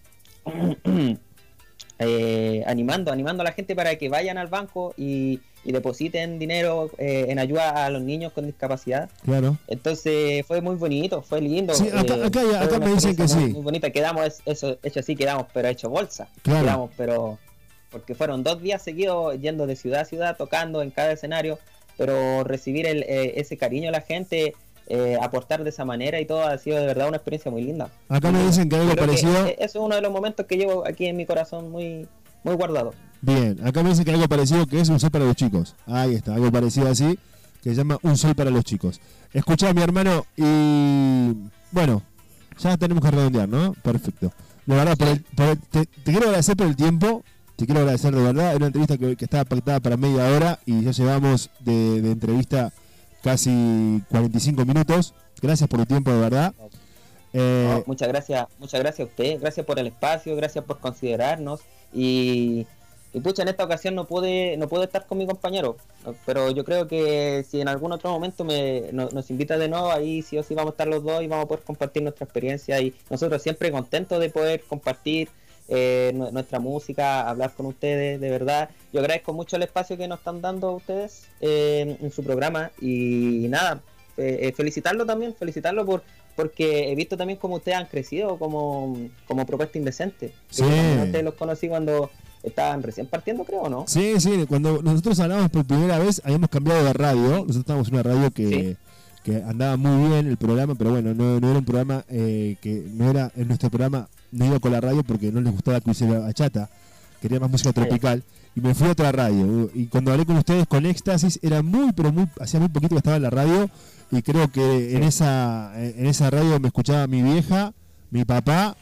Animando a la gente para que vayan al banco y depositen dinero en ayuda a los niños con discapacidad. Claro. Entonces fue muy bonito, fue lindo. Sí, acá me dicen que sí. Muy bonita, quedamos pero hecho bolsa. Claro. Quedamos, pero porque fueron 2 días seguidos yendo de ciudad a ciudad, tocando en cada escenario, pero recibir ese cariño de la gente, aportar de esa manera y todo, ha sido de verdad una experiencia muy linda. Acá me dicen que algo parecido... eso es uno de los momentos que llevo aquí en mi corazón muy, muy guardado. Bien, acá me dicen que algo parecido, que es un sol para los chicos. Ahí está, algo parecido así, que se llama un sol para los chicos. Escuchá, mi hermano, y bueno, ya tenemos que redondear, ¿no? Perfecto. La verdad, te quiero agradecer por el tiempo, te quiero agradecer de verdad. Era una entrevista que estaba pactada para media hora y ya llevamos de entrevista casi 45 minutos. Gracias por el tiempo, de verdad. Muchas gracias a usted, gracias por el espacio, gracias por considerarnos, y pucha, en esta ocasión no pude estar con mi compañero, pero yo creo que si en algún otro momento nos invita de nuevo, ahí sí o sí vamos a estar los dos y vamos a poder compartir nuestra experiencia, y nosotros siempre contentos de poder compartir nuestra música, hablar con ustedes, de verdad. Yo agradezco mucho el espacio que nos están dando ustedes en su programa, y nada, felicitarlo porque he visto también cómo ustedes han crecido como Propuesta Indecente. Sí. Ustedes los conocí cuando estaban recién partiendo, creo, ¿no? Sí, cuando nosotros hablábamos por primera vez habíamos cambiado de radio. Nosotros estábamos en una radio que andaba muy bien el programa, pero bueno, no era un programa que no era en nuestro programa, no iba con la radio porque no les gustaba que hiciera bachata, quería más música tropical, y me fui a otra radio. Y cuando hablé con ustedes con Éxtasis, era hacía muy poquito que estaba en la radio, y creo que en esa radio me escuchaba mi vieja, mi papá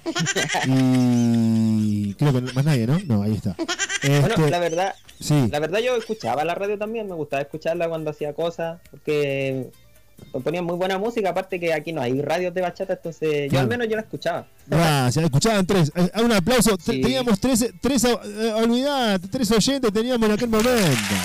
y creo que más nadie, ¿no? No, ahí está. Bueno, la verdad yo escuchaba la radio también, me gustaba escucharla cuando hacía cosas, porque ponían muy buena música, aparte que aquí no hay radios de bachata, entonces yo al menos yo la escuchaba. Gracias, escuchaban 3. Un aplauso. Sí. Teníamos 3 olvidate, 3 oyentes teníamos en aquel momento.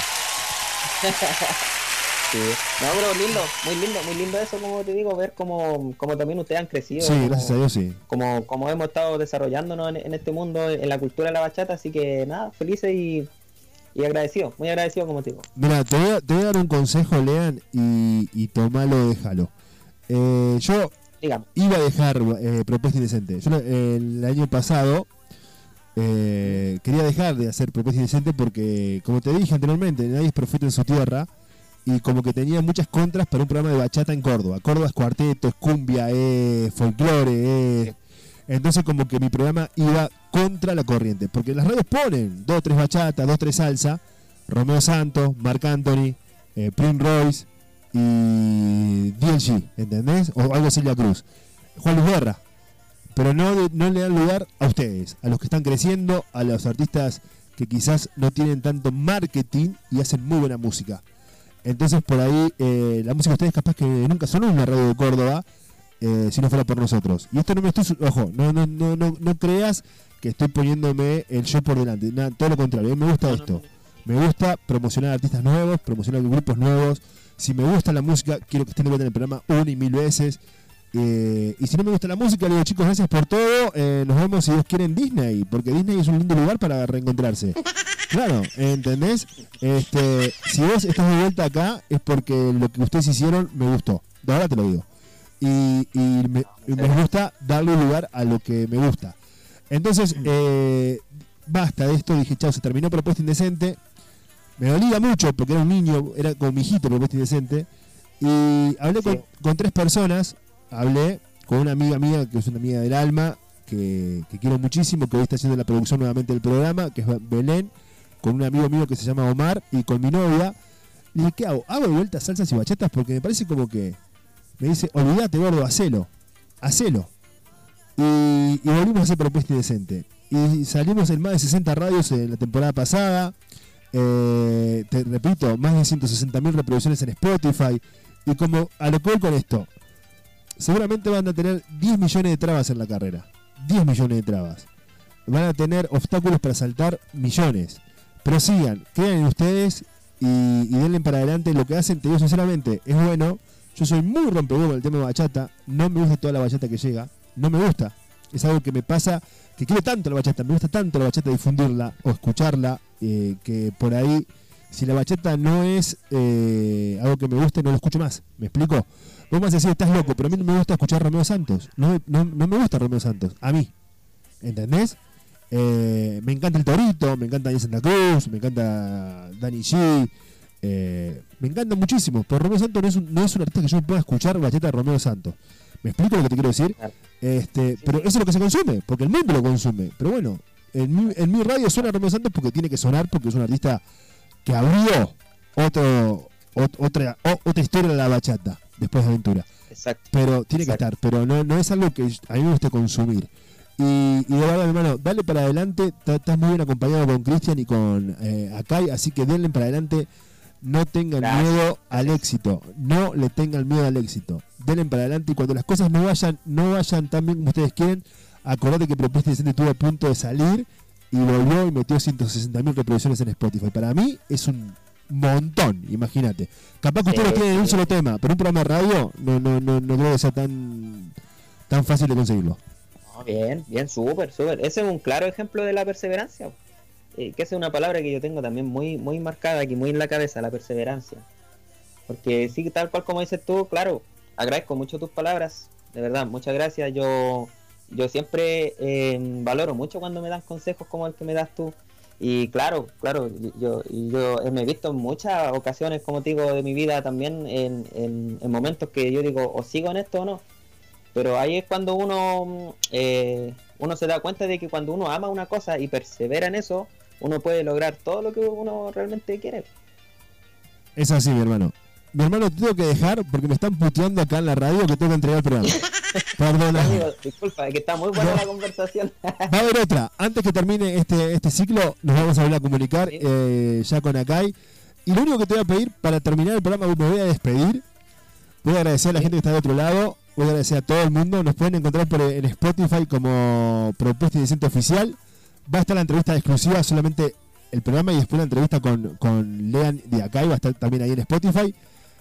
Sí. No, pero muy lindo eso, como te digo, ver cómo también ustedes han crecido. Sí, gracias a Dios, sí. Como hemos estado desarrollándonos en este mundo, en la cultura de la bachata, así que nada, felices y agradecido, muy agradecido, como te digo. Mira, te voy a dar un consejo, Lean, y tomalo, déjalo. Yo Dígame. iba a dejar Propuesta Indecente. Yo el año pasado quería dejar de hacer Propuesta Indecente porque, como te dije anteriormente, nadie es profeta en su tierra, y como que tenía muchas contras para un programa de bachata en Córdoba. Córdoba es cuarteto, es cumbia, es folclore, entonces como que mi programa iba contra la corriente, porque las radios ponen 2 o 3 bachatas, 2 o 3 salsa, Romeo Santos, Marc Anthony, Prince Royce y DLG, ¿entendés? O algo Celia Cruz, Juan Luis Guerra, pero no le dan lugar a ustedes, a los que están creciendo, a los artistas que quizás no tienen tanto marketing y hacen muy buena música. Entonces por ahí la música de ustedes capaz que nunca sonó en una radio de Córdoba, si no fuera por nosotros. Y esto no me estoy... Ojo, no creas que estoy poniéndome el yo por delante. Nada, todo lo contrario. A mí me gusta esto. Me gusta promocionar artistas nuevos, promocionar grupos nuevos. Si me gusta la música, quiero que estén de vuelta en el programa 1 y 1000 veces. Y si no me gusta la música, le digo, chicos, gracias por todo. Nos vemos si Dios quiere en Disney, porque Disney es un lindo lugar para reencontrarse. Claro, ¿entendés? Si vos estás de vuelta acá es porque lo que ustedes hicieron me gustó. De verdad te lo digo. Y me gusta darle lugar a lo que me gusta. Entonces, basta de esto. Dije, chao, se terminó Propuesta Indecente. Me dolía mucho porque era un niño, era como mi hijito Propuesta Indecente. Y hablé con 3 personas. Hablé con una amiga mía, que es una amiga del alma, que quiero muchísimo, que hoy está haciendo la producción nuevamente del programa, que es Belén, con un amigo mío que se llama Omar, y con mi novia. Le dije, ¿qué hago? ¿Hago de vuelta salsas y bachatas? Porque me parece como que... Me dice, olvídate, gordo, hacelo. Y volvimos a hacer Propuesta Indecente. Y salimos en más de 60 radios en la temporada pasada. Te repito, más de 160.000 reproducciones en Spotify. Y como a lo que voy con esto, seguramente van a tener 10 millones de trabas en la carrera. 10 millones de trabas. Van a tener obstáculos para saltar millones. Pero sigan, crean en ustedes y denle para adelante lo que hacen. Te digo sinceramente, es bueno. Yo soy muy rompehuevo con el tema de bachata. No me gusta toda la bachata que llega. No me gusta. Es algo que me pasa, que quiero tanto la bachata. Me gusta tanto la bachata difundirla o escucharla, que por ahí, si la bachata no es algo que me guste, no lo escucho más. ¿Me explico? Vos me vas a decir, estás loco, pero a mí no me gusta escuchar Romeo Santos. No me gusta Romeo Santos. A mí. ¿Entendés? Me encanta el Torito, me encanta Daniel Santa Cruz, me encanta Dani G. Me encanta muchísimo, pero Romeo Santos no es un artista que yo pueda escuchar bachata de Romeo Santos. ¿Me explico lo que te quiero decir? Pero eso es lo que se consume, porque el mundo lo consume. Pero bueno, en mi radio suena Romeo Santos porque tiene que sonar, porque es un artista que abrió otra historia de la bachata después de Aventura. Exacto. Pero tiene que estar, pero no es algo que a mí me gusta consumir. Y de verdad, hermano, dale para adelante. Estás muy bien acompañado con Cristian y con Akai, así que denle para adelante. No tengan miedo al éxito. No le tengan miedo al éxito. Denle para adelante y cuando las cosas no vayan tan bien como ustedes quieren, acordate que Propuesta Indecente estuvo a punto de salir y volvió y metió 160.000 reproducciones en Spotify. Para mí es un montón, imagínate. Capaz que ustedes lo tienen en un solo tema, pero un programa de radio no creo que sea tan fácil de conseguirlo. Bien, súper. Ese es un claro ejemplo de la perseverancia. Que esa es una palabra que yo tengo también muy marcada aquí, muy en la cabeza, la perseverancia. Porque sí, tal cual como dices tú, claro, agradezco mucho tus palabras, de verdad, muchas gracias. Yo siempre valoro mucho cuando me dan consejos como el que me das tú. Y claro, yo me he visto en muchas ocasiones, como te digo, de mi vida también, en momentos que yo digo, o sigo en esto o no. Pero ahí es cuando uno se da cuenta de que cuando uno ama una cosa y persevera en eso, uno puede lograr todo lo que uno realmente quiere. Es así, mi hermano. Mi hermano, te tengo que dejar porque me están puteando acá en la radio que tengo que entregar el programa. Perdona. Amigo, disculpa, es que está muy buena la conversación. Va a haber otra. Antes que termine este ciclo, nos vamos a volver a comunicar ya con Akai. Y lo único que te voy a pedir, para terminar el programa, me voy a despedir. Voy a agradecer a la gente que está de otro lado. Voy a agradecer a todo el mundo. Nos pueden encontrar en Spotify como Propuesta Indecente Oficial. Va a estar la entrevista exclusiva, solamente el programa, y después la entrevista con Lean de Akai. Va a estar también ahí en Spotify.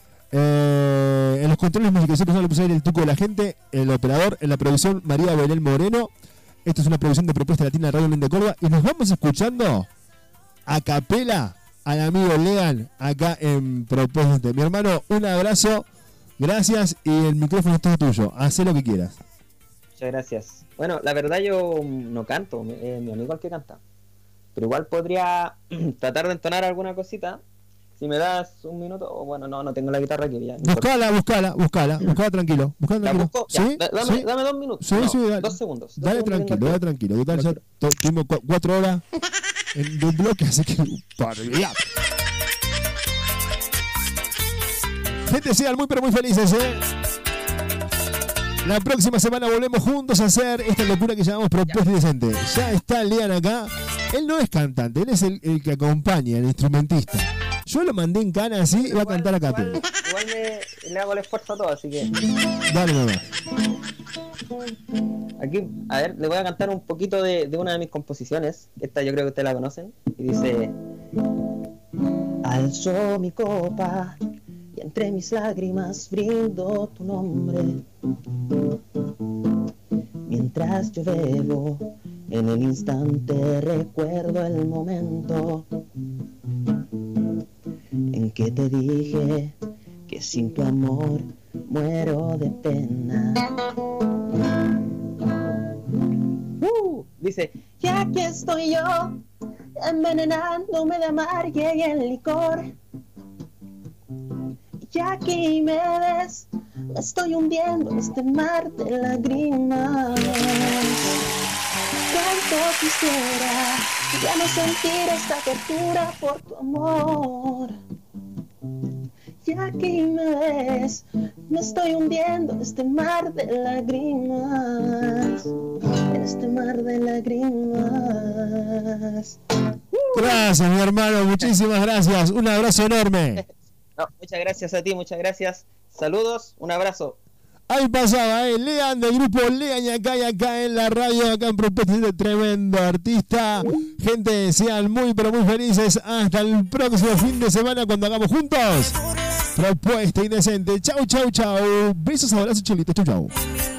En los controles musicales siempre le puse el tuco de la gente. El operador, en la producción, María Belén Moreno. Esto es una producción de Propuesta Latina de Radio Online de Córdoba. Y nos vamos escuchando a capela al amigo Lean acá en Propuesta. Mi hermano, un abrazo. Gracias, y el micrófono es todo tuyo. Haz lo que quieras. Muchas gracias. Bueno, la verdad yo no canto, mi amigo el que canta. Pero igual podría tratar de entonar alguna cosita. Si me das un minuto, o bueno, no tengo la guitarra aquí ya. Buscala tranquilo. ¿La busco? ¿Sí? Dame 2 minutos. Sí, dale. 2 segundos. Dale tranquilo. Total, ya tuvimos 4 horas de un bloque, así que... Gente, sean muy pero muy felices, La próxima semana volvemos juntos a hacer esta locura que llamamos Propuesta Indecente. Ya está Lean acá. Él no es cantante, él es el que acompaña, el instrumentista. Yo lo mandé en cana así y va a cantar acá. Igual le hago el esfuerzo a todo, así que... Dale nomás. Aquí, a ver, le voy a cantar un poquito de una de mis composiciones. Esta yo creo que ustedes la conocen. Y dice... Alzo mi copa y entre mis lágrimas brindo tu nombre. Mientras yo bebo, en el instante recuerdo el momento en que te dije que sin tu amor muero de pena. Dice, y aquí estoy yo, envenenándome de amargue y el licor. Y aquí me ves, me estoy hundiendo en este mar de lágrimas. Cuánto quisiera ya no sentir esta tortura por tu amor. Y aquí me ves, me estoy hundiendo en este mar de lágrimas. En este mar de lágrimas. Gracias, mi hermano, muchísimas gracias. Un abrazo enorme. No, muchas gracias a ti, muchas gracias. Saludos, un abrazo. Ahí pasaba, Lean del grupo Lean y acá en la radio, acá en Propuesta Indecente, tremendo artista. Gente, sean muy pero muy felices. Hasta el próximo fin de semana cuando hagamos juntos Propuesta Indecente. Chau, chau, chau. Besos, abrazos, chelitos. Chau, chau.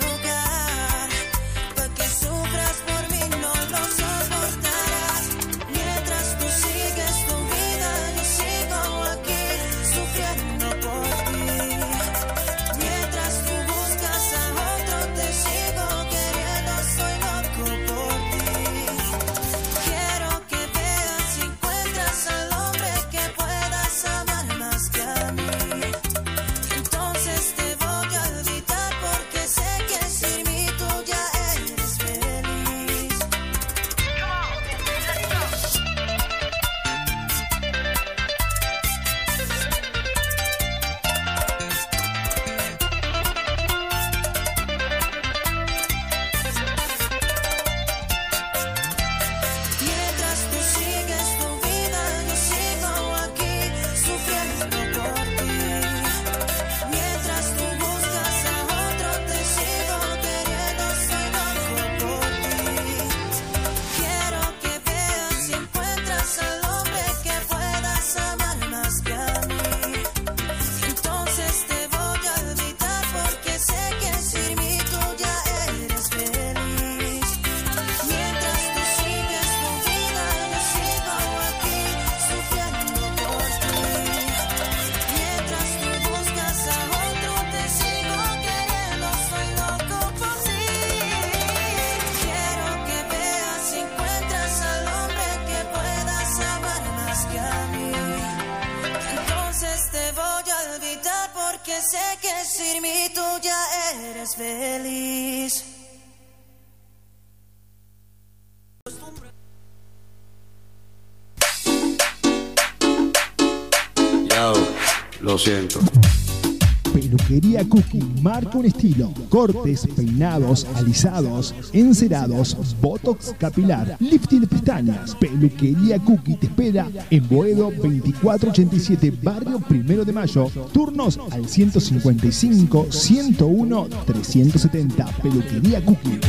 Sé que sin mí tú ya eres feliz. Yao, lo siento. Peluquería Cookie marca un estilo. Cortes, peinados, alisados, encerados, botox capilar, lifting de pestañas. Peluquería Cookie te espera en Boedo 2487, barrio 1 de Mayo. Turnos al 155 101 370. Peluquería Cookie.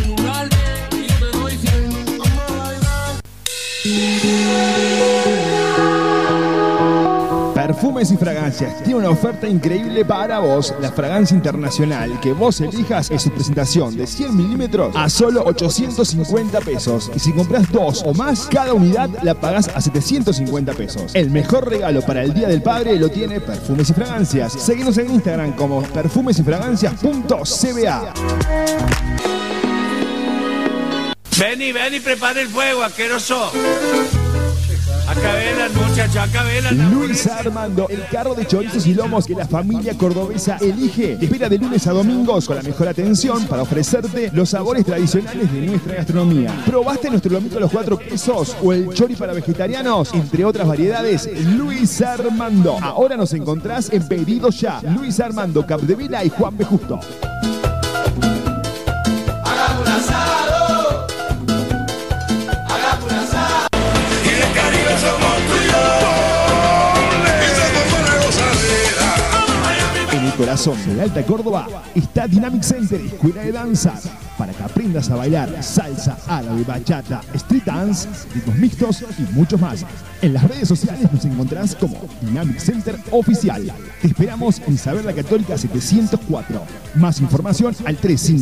Perfumes y fragancias tiene una oferta increíble para vos. La fragancia internacional que vos elijas en su presentación de 100 milímetros a solo 850 pesos. Y si compras 2 o más, cada unidad la pagás a 750 pesos. El mejor regalo para el Día del Padre lo tiene Perfumes y Fragancias. Seguinos en Instagram como perfumesyfragancias.cba. Ven y prepara el fuego, asqueroso. Acá velan, muchachos, acá velan. Luis Armando, el carro de chorizos y lomos que la familia cordobesa elige. Te espera de lunes a domingos con la mejor atención para ofrecerte los sabores tradicionales de nuestra gastronomía. ¿Probaste nuestro lomito a los 4 quesos o el chori para vegetarianos? Entre otras variedades, Luis Armando. Ahora nos encontrás en Pedido Ya. Luis Armando, Capdevila y Juan B. Justo. Hagamos un asado. Hagamos un asado. Y de Caribe somos tú y yo. Y somos una gozadera. En el corazón de Alta Córdoba está Dynamic Center, escuela de danza. Para aprendas a bailar salsa, árabe, bachata, street dance, ritmos mixtos y muchos más. En las redes sociales nos encontrás como Dynamic Center Oficial. Te esperamos en Isabel la Católica 704. Más información al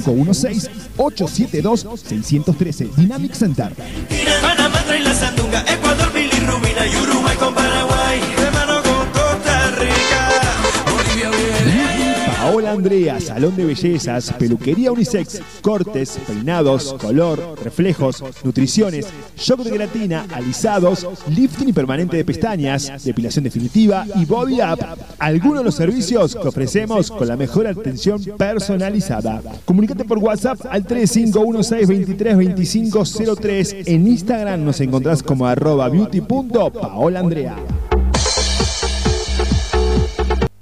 3516-872-613. Dynamic Center. Panamá trae la sandunga, Ecuador, bilirrubina y Uruguay con Paraguay, hermano con Costa Rica, Bolivia viene. Paola Andrea, salón de bellezas, peluquería unisex, cortes, peinados, color, reflejos, nutriciones, shock de queratina, alisados, lifting y permanente de pestañas, depilación definitiva y body up. Algunos de los servicios que ofrecemos con la mejor atención personalizada. Comunícate por WhatsApp al 3516232503. En Instagram nos encontrás como @beauty.paolaandrea.